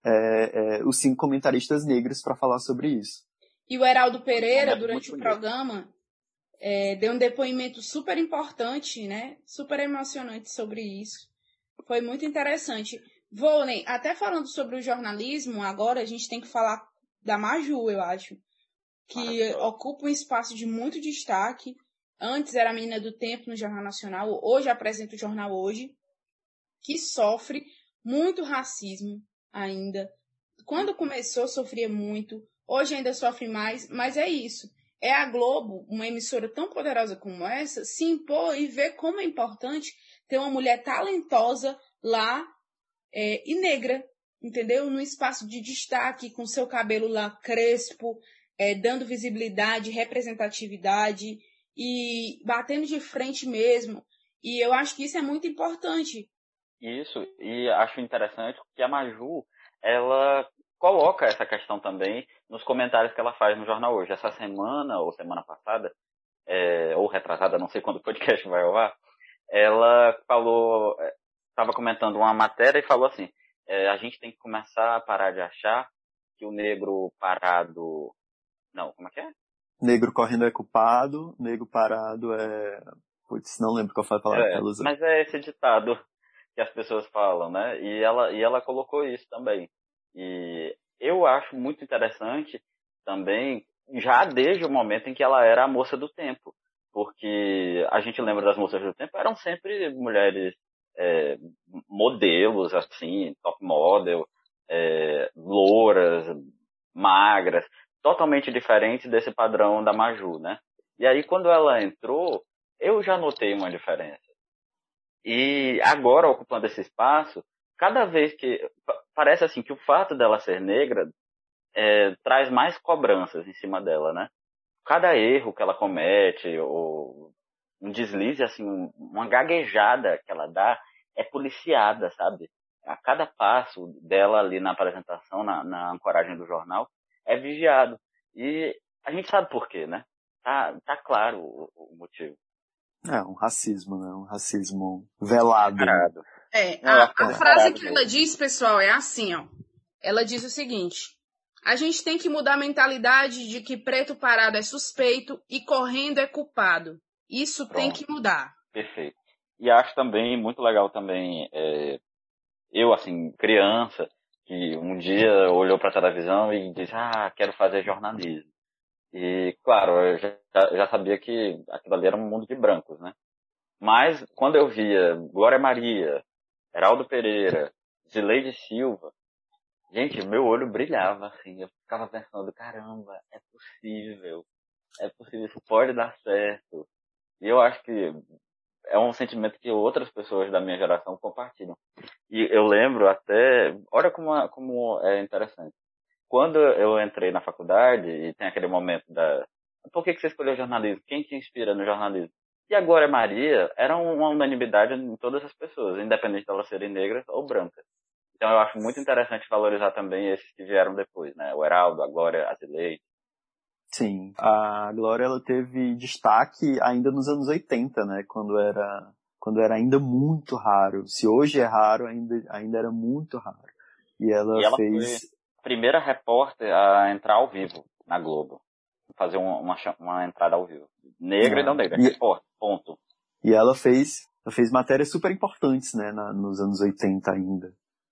Speaker 2: os 5 comentaristas negros para falar sobre isso.
Speaker 1: E o Heraldo Pereira, durante o programa, deu um depoimento super importante, né? Super emocionante sobre isso. Foi muito interessante. Volney, até falando sobre o jornalismo, agora a gente tem que falar da Maju, eu acho, que ocupa um espaço de muito destaque. Antes era a Menina do Tempo no Jornal Nacional, hoje apresenta o Jornal Hoje, que sofre muito racismo ainda. Quando começou, sofria muito, hoje ainda sofre mais, mas é isso. É a Globo, uma emissora tão poderosa como essa, se impor e ver como é importante ter uma mulher talentosa lá e negra, entendeu? Num espaço de destaque, com seu cabelo lá crespo, dando visibilidade, representatividade e batendo de frente mesmo. E eu acho que isso é muito importante.
Speaker 3: Isso, e acho interessante que a Maju, ela coloca essa questão também nos comentários que ela faz no Jornal Hoje. Essa semana, ou semana passada, ou retrasada, não sei quando o podcast vai ao ar, ela falou, estava comentando uma matéria e falou assim, a gente tem que começar a parar de achar que o negro parado... Não, como é que é?
Speaker 2: Negro correndo é culpado, negro parado é... Putz, não lembro qual foi a palavra que ela usou.
Speaker 3: Mas é esse ditado que as pessoas falam, né? E ela colocou isso também. E eu acho muito interessante também, já desde o momento em que ela era a moça do tempo. Porque a gente lembra das moças do tempo, eram sempre mulheres modelos, assim, top model, louras, magras, totalmente diferentes desse padrão da Maju, né? E aí, quando ela entrou, eu já notei uma diferença. E agora, ocupando esse espaço, cada vez que... Parece assim que o fato dela ser negra traz mais cobranças em cima dela, né? Cada erro que ela comete, ou um deslize, assim, uma gaguejada que ela dá, é policiada, sabe? A cada passo dela ali na apresentação, na ancoragem do jornal, é vigiado. E a gente sabe por quê, né? Tá claro o motivo.
Speaker 2: Um racismo, né? Um racismo velado. Né?
Speaker 1: A frase que ela diz, pessoal, é assim, ó. Ela diz o seguinte: a gente tem que mudar a mentalidade de que preto parado é suspeito e correndo é culpado. Isso tem que mudar.
Speaker 3: Perfeito. E acho também muito legal também, eu, assim, criança, que um dia olhou para a televisão e disse, quero fazer jornalismo. E, claro, eu já sabia que aquilo ali era um mundo de brancos, né? Mas, quando eu via Glória Maria, Heraldo Pereira, Zileide Silva, gente, meu olho brilhava, assim. Eu ficava pensando, caramba, é possível, isso pode dar certo. E eu acho que é um sentimento que outras pessoas da minha geração compartilham. E eu lembro até, olha como é interessante. Quando eu entrei na faculdade, e tem aquele momento por que você escolheu jornalismo? Quem te inspira no jornalismo? E agora Maria era uma unanimidade em todas as pessoas, independente de elas serem negras ou brancas. Então eu acho muito interessante valorizar também esses que vieram depois, né? O Heraldo, a Glória, a Zileide.
Speaker 2: Sim, a Glória ela teve destaque ainda nos anos 80, né? Quando era ainda muito raro. Se hoje é raro, ainda era muito raro. E ela fez...
Speaker 3: foi a primeira repórter a entrar ao vivo na Globo. Fazer uma entrada ao vivo. Negra e não negra, repórter, ponto.
Speaker 2: E ela fez matérias super importantes, né? Nos anos 80 ainda.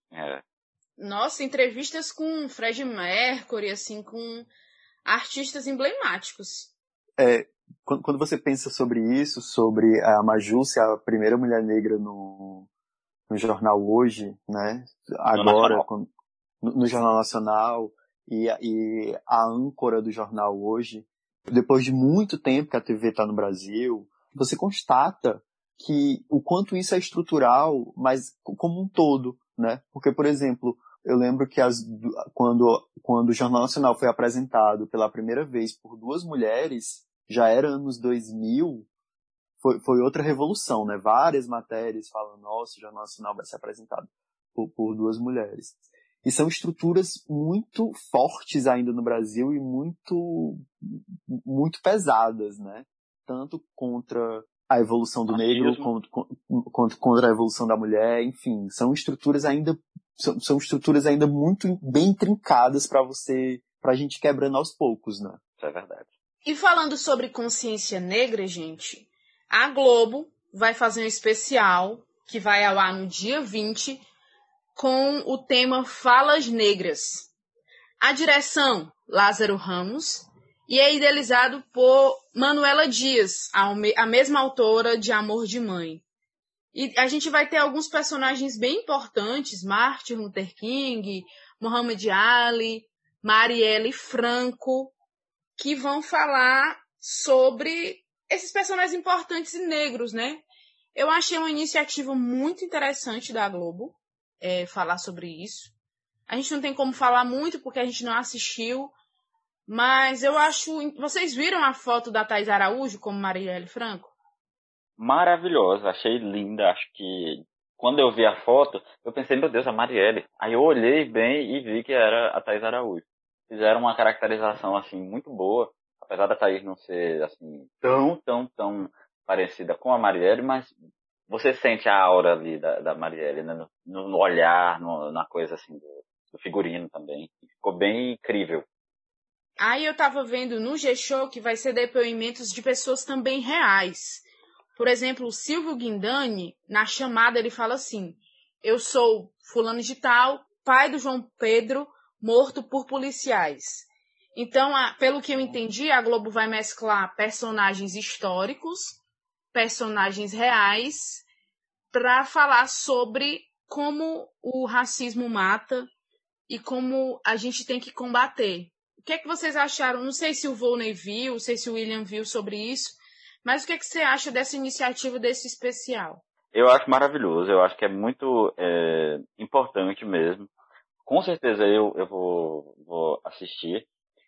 Speaker 1: Nossa, entrevistas com Freddie Mercury, assim, com artistas emblemáticos.
Speaker 2: Quando você pensa sobre isso, sobre a Maju ser a primeira mulher negra no jornal Hoje, né? Agora, no Jornal Nacional, e a âncora do jornal Hoje, depois de muito tempo que a TV está no Brasil, você constata que o quanto isso é estrutural, mas como um todo, né? Porque, por exemplo, eu lembro que quando o Jornal Nacional foi apresentado pela primeira vez por 2 mulheres, já era anos 2000, foi outra revolução, né? Várias matérias falam, nossa, o Jornal Nacional vai ser apresentado por 2 mulheres. E são estruturas muito fortes ainda no Brasil e muito, muito pesadas, né? Tanto contra a evolução do negro, quanto contra a evolução da mulher, enfim. São estruturas ainda são estruturas ainda muito bem intrincadas pra gente quebrando aos poucos, né?
Speaker 3: Isso é verdade.
Speaker 1: E falando sobre consciência negra, gente, a Globo vai fazer um especial que vai ao ar no dia 20 com o tema Falas Negras. A direção, Lázaro Ramos, e é idealizado por Manuela Dias, a mesma autora de Amor de Mãe. E a gente vai ter alguns personagens bem importantes, Martin Luther King, Muhammad Ali, Marielle Franco, que vão falar sobre esses personagens importantes e negros, né? Eu achei uma iniciativa muito interessante da Globo, falar sobre isso. A gente não tem como falar muito porque a gente não assistiu, mas eu acho... Vocês viram a foto da Thaís Araújo como Marielle Franco?
Speaker 3: Maravilhosa, achei linda. Acho que quando eu vi a foto, eu pensei, meu Deus, a Marielle. Aí eu olhei bem e vi que era a Thaís Araújo. Fizeram uma caracterização assim muito boa, apesar da Thaís não ser assim tão parecida com a Marielle, mas você sente a aura ali da Marielle, né? No olhar, na coisa assim do figurino também. Ficou bem incrível.
Speaker 1: Aí eu tava vendo no G-Show que vai ser depoimentos de pessoas também reais. Por exemplo, o Silvio Guindani, na chamada, ele fala assim: eu sou fulano de tal, pai do João Pedro, morto por policiais. Então, pelo que eu entendi, a Globo vai mesclar personagens históricos, personagens reais, para falar sobre como o racismo mata e como a gente tem que combater. O que é que vocês acharam? Não sei se o Volney viu, não sei se o William viu sobre isso, mas o que é que você acha dessa iniciativa, desse especial?
Speaker 3: Eu acho maravilhoso, eu acho que é muito importante mesmo. Com certeza eu vou assistir.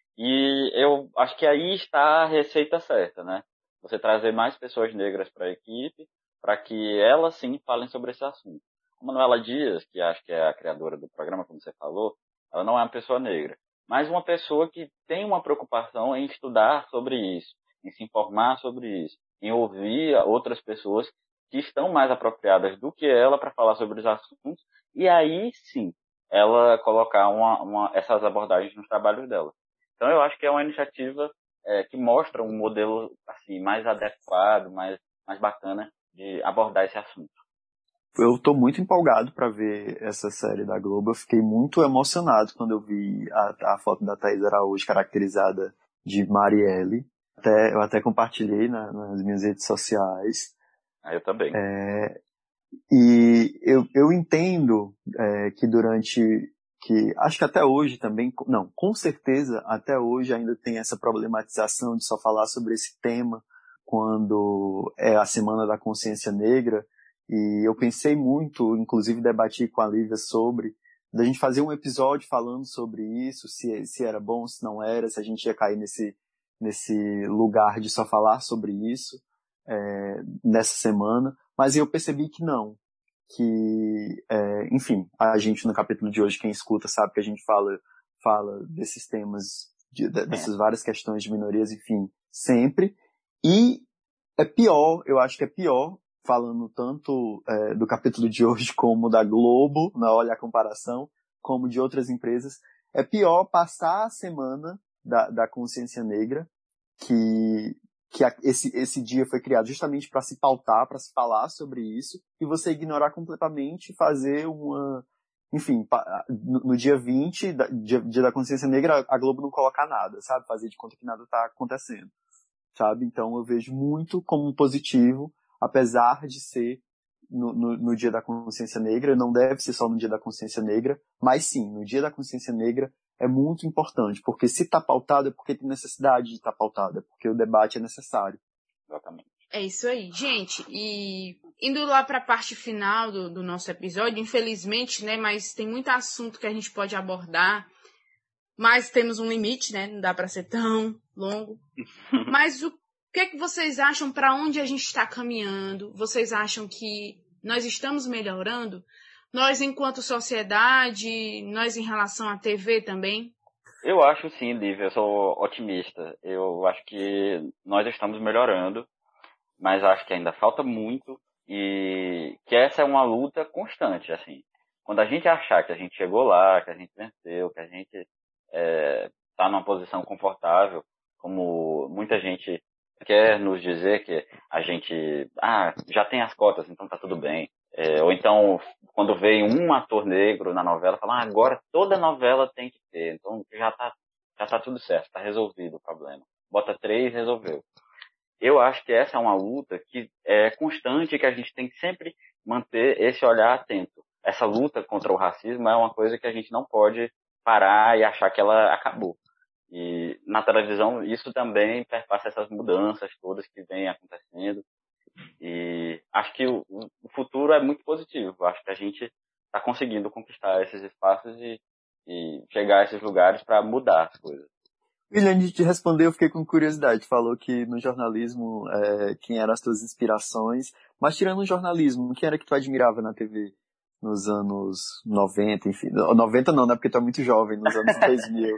Speaker 3: E eu acho que aí está a receita certa, né? Você trazer mais pessoas negras para a equipe, para que elas sim falem sobre esse assunto. A Manuela Dias, que acho que é a criadora do programa, como você falou, ela não é uma pessoa negra, mas uma pessoa que tem uma preocupação em estudar sobre isso, em se informar sobre isso, em ouvir outras pessoas que estão mais apropriadas do que ela para falar sobre os assuntos, e aí sim, ela colocar essas abordagens nos trabalhos dela. Então eu acho que é uma iniciativa que mostra um modelo assim mais adequado, mais bacana de abordar esse assunto.
Speaker 2: Eu tô muito empolgado para ver essa série da Globo. Eu fiquei muito emocionado quando eu vi a foto da Thaís Araújo caracterizada de Marielle. Eu até compartilhei nas minhas redes sociais.
Speaker 3: Eu também.
Speaker 2: E eu entendo que acho que até hoje também, não, com certeza até hoje ainda tem essa problematização de só falar sobre esse tema quando é a Semana da Consciência Negra. E eu pensei muito, inclusive debati com a Lívia sobre, da gente fazer um episódio falando sobre isso, se era bom, se não era, se a gente ia cair nesse lugar de só falar sobre isso nessa semana. Mas eu percebi que não, que, enfim, a gente no capítulo de hoje, quem escuta sabe que a gente fala desses temas, dessas várias questões de minorias, enfim, sempre. E eu acho que é pior, falando tanto do capítulo de hoje como da Globo, olha a comparação, como de outras empresas, é pior passar a semana da consciência negra, que esse dia foi criado justamente para se pautar, para se falar sobre isso, e você ignorar completamente, fazer enfim, no dia 20, dia da consciência negra, a Globo não colocar nada, sabe? Fazer de conta que nada está acontecendo, sabe? Então eu vejo muito como positivo, apesar de ser no dia da consciência negra, não deve ser só no dia da consciência negra, mas sim, no dia da consciência negra é muito importante, porque se está pautado é porque tem necessidade de estar pautado, é porque o debate é necessário.
Speaker 3: Exatamente.
Speaker 1: É isso aí, gente. E indo lá para a parte final do nosso episódio, infelizmente, né, mas tem muito assunto que a gente pode abordar, mas temos um limite, né, não dá para ser tão longo. Mas o que é que vocês acham, para onde a gente está caminhando? Vocês acham que nós estamos melhorando? Nós, enquanto sociedade, nós em relação à TV também?
Speaker 3: Eu acho sim, Lívia, eu sou otimista. Eu acho que nós estamos melhorando, mas acho que ainda falta muito e que essa é uma luta constante, assim. quando a gente achar que a gente chegou lá, que a gente venceu, que a gente está numa posição confortável, como muita gente quer nos dizer que a gente já tem as cotas, então tá tudo bem. Ou então, quando vem um ator negro na novela, fala, agora toda novela tem que ter, então já tá tudo certo, tá resolvido o problema. Bota 3, resolveu. Eu acho que essa é uma luta que é constante, que a gente tem que sempre manter esse olhar atento. Essa luta contra o racismo é uma coisa que a gente não pode parar e achar que ela acabou. E na televisão isso também perpassa essas mudanças todas que vêm acontecendo. E acho que o futuro é muito positivo. Acho que a gente está conseguindo conquistar esses espaços e chegar a esses lugares para mudar as coisas.
Speaker 2: William, antes de responder, eu fiquei com curiosidade. Falou que no jornalismo, quem eram as tuas inspirações. Mas tirando o jornalismo, quem era que tu admirava na TV nos anos 90, enfim. 90 não, né? Porque tu é muito jovem, nos anos 2000.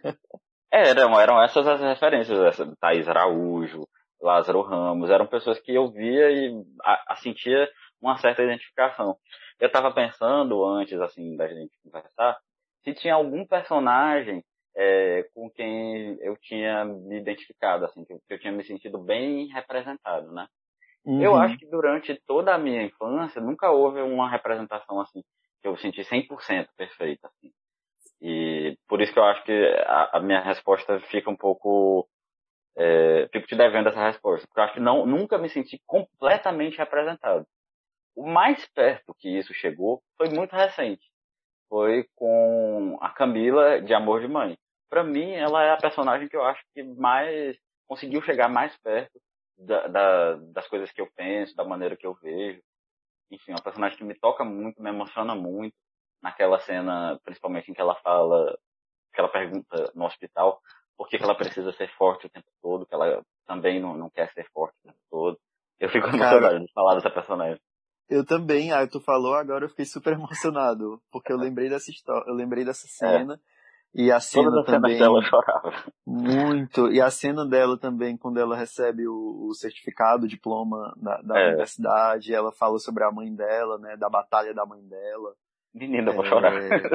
Speaker 3: Eram essas as referências, Thaís Araújo, Lázaro Ramos, eram pessoas que eu via e sentia uma certa identificação. Eu estava pensando antes, assim, da gente conversar, se tinha algum personagem com quem eu tinha me identificado, assim, que eu tinha me sentido bem representado, né?
Speaker 2: Uhum.
Speaker 3: Eu acho que durante toda a minha infância nunca houve uma representação assim que eu senti 100% perfeita, assim. E por isso que eu acho que a minha resposta fica um pouco fico te devendo essa resposta, porque eu acho que nunca me senti completamente representado. O mais perto que isso chegou foi muito recente. Foi com a Camila de Amor de Mãe. Para mim, ela é a personagem que eu acho que mais conseguiu chegar mais perto das coisas que eu penso, da maneira que eu vejo. Enfim, é uma personagem que me toca muito, me emociona muito. Naquela cena, principalmente em que ela fala, que ela pergunta no hospital por que ela precisa ser forte o tempo todo, que ela também não quer ser forte o tempo todo. Eu fico emocionado de falar dessa personagem.
Speaker 2: Eu também, tu falou, agora eu fiquei super emocionado, porque eu lembrei dessa história, eu lembrei dessa cena, e a cena
Speaker 3: Todas as
Speaker 2: também...
Speaker 3: cenas dela eu chorava.
Speaker 2: Muito, e a cena dela também, quando ela recebe o certificado, o diploma da universidade, ela fala sobre a mãe dela, né, da batalha da mãe dela.
Speaker 3: Menina, eu vou chorar.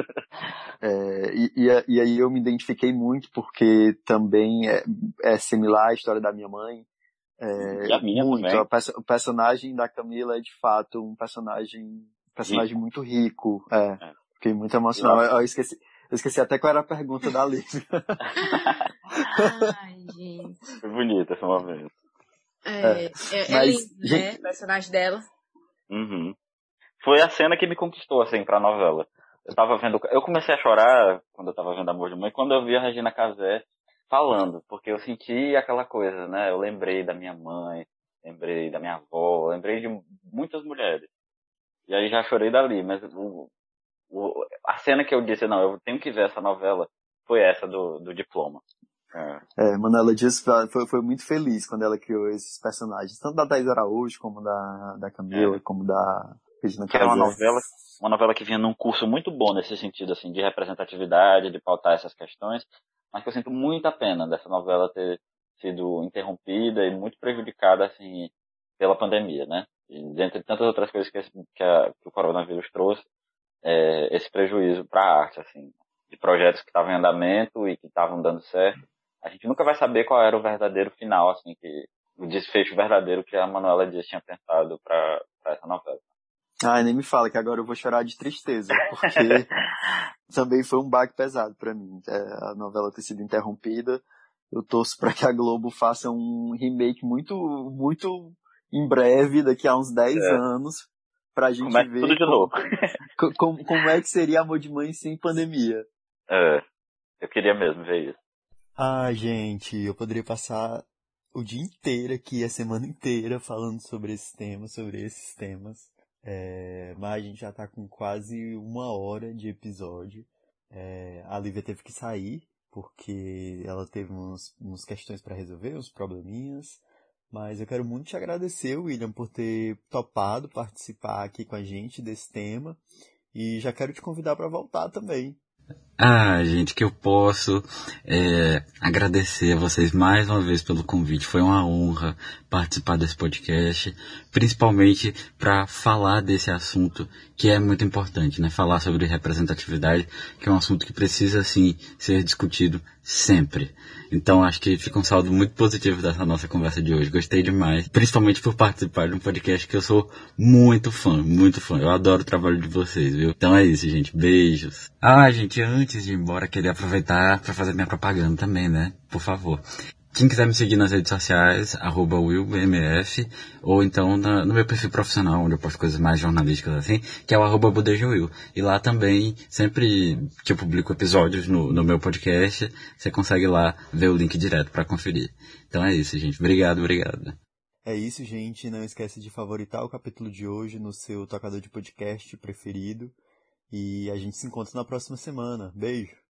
Speaker 2: E aí eu me identifiquei muito, porque também é similar à história da minha mãe.
Speaker 3: E a minha
Speaker 2: muito.
Speaker 3: também.
Speaker 2: O personagem da Camila é de fato um personagem muito rico. Fiquei muito emocionado. Eu esqueci até qual era a pergunta da Lívia.
Speaker 1: Ai, gente.
Speaker 3: Foi bonita esse momento.
Speaker 1: É lindo, né? O personagem dela.
Speaker 3: Uhum. Foi a cena que me conquistou, assim, pra novela. Eu comecei a chorar quando eu tava vendo Amor de Mãe, quando eu vi a Regina Casé falando, porque eu senti aquela coisa, né? Eu lembrei da minha mãe, lembrei da minha avó, lembrei de muitas mulheres. E aí já chorei dali, mas a cena que eu disse, não, eu tenho que ver essa novela, foi essa do diploma.
Speaker 2: Manuela Dias foi muito feliz quando ela criou esses personagens, tanto da Thaís Araújo, como da Camila, como da Regina Casé.
Speaker 3: Que era uma novela que vinha num curso muito bom nesse sentido, assim, de representatividade, de pautar essas questões, mas que eu sinto muita pena dessa novela ter sido interrompida e muito prejudicada, assim, pela pandemia, né? E dentre tantas outras coisas que o coronavírus trouxe, esse prejuízo para a arte, assim, de projetos que estavam em andamento e que estavam dando certo. A gente nunca vai saber qual era o verdadeiro final, assim, o desfecho verdadeiro que a Manuela Dias tinha pensado para essa novela.
Speaker 2: Ai, nem me fala que agora eu vou chorar de tristeza, porque também foi um baque pesado para mim. A novela ter sido interrompida. Eu torço para que a Globo faça um remake muito, muito em breve, daqui a uns 10 anos, pra gente ver
Speaker 3: tudo de novo.
Speaker 2: Como é que seria Amor de Mãe sem pandemia.
Speaker 3: Eu queria mesmo ver isso.
Speaker 2: Gente, eu poderia passar o dia inteiro aqui, a semana inteira, falando sobre esses temas. Mas a gente já tá com quase 1 hora de episódio. A Lívia teve que sair, porque ela teve uns questões para resolver, uns probleminhas. Mas eu quero muito te agradecer, William, por ter topado participar aqui com a gente desse tema. E já quero te convidar para voltar também.
Speaker 4: Gente, que eu posso agradecer a vocês mais uma vez pelo convite. Foi uma honra participar desse podcast, principalmente para falar desse assunto que é muito importante, né? Falar sobre representatividade, que é um assunto que precisa, sim, ser discutido sempre. Então, acho que fica um saldo muito positivo dessa nossa conversa de hoje. Gostei demais, principalmente por participar de um podcast que eu sou muito fã, muito fã. Eu adoro o trabalho de vocês, viu? Então é isso, gente. Beijos. Gente, antes de ir embora, queria aproveitar para fazer minha propaganda também, né? Por favor. Quem quiser me seguir nas redes sociais, @willbmf, ou então no meu perfil profissional, onde eu posto coisas mais jornalísticas assim, que é o @budejowill. E lá também, sempre que eu publico episódios no meu podcast, você consegue lá ver o link direto para conferir. Então é isso, gente. Obrigado.
Speaker 2: É isso, gente. Não esquece de favoritar o capítulo de hoje no seu tocador de podcast preferido. E a gente se encontra na próxima semana. Beijo!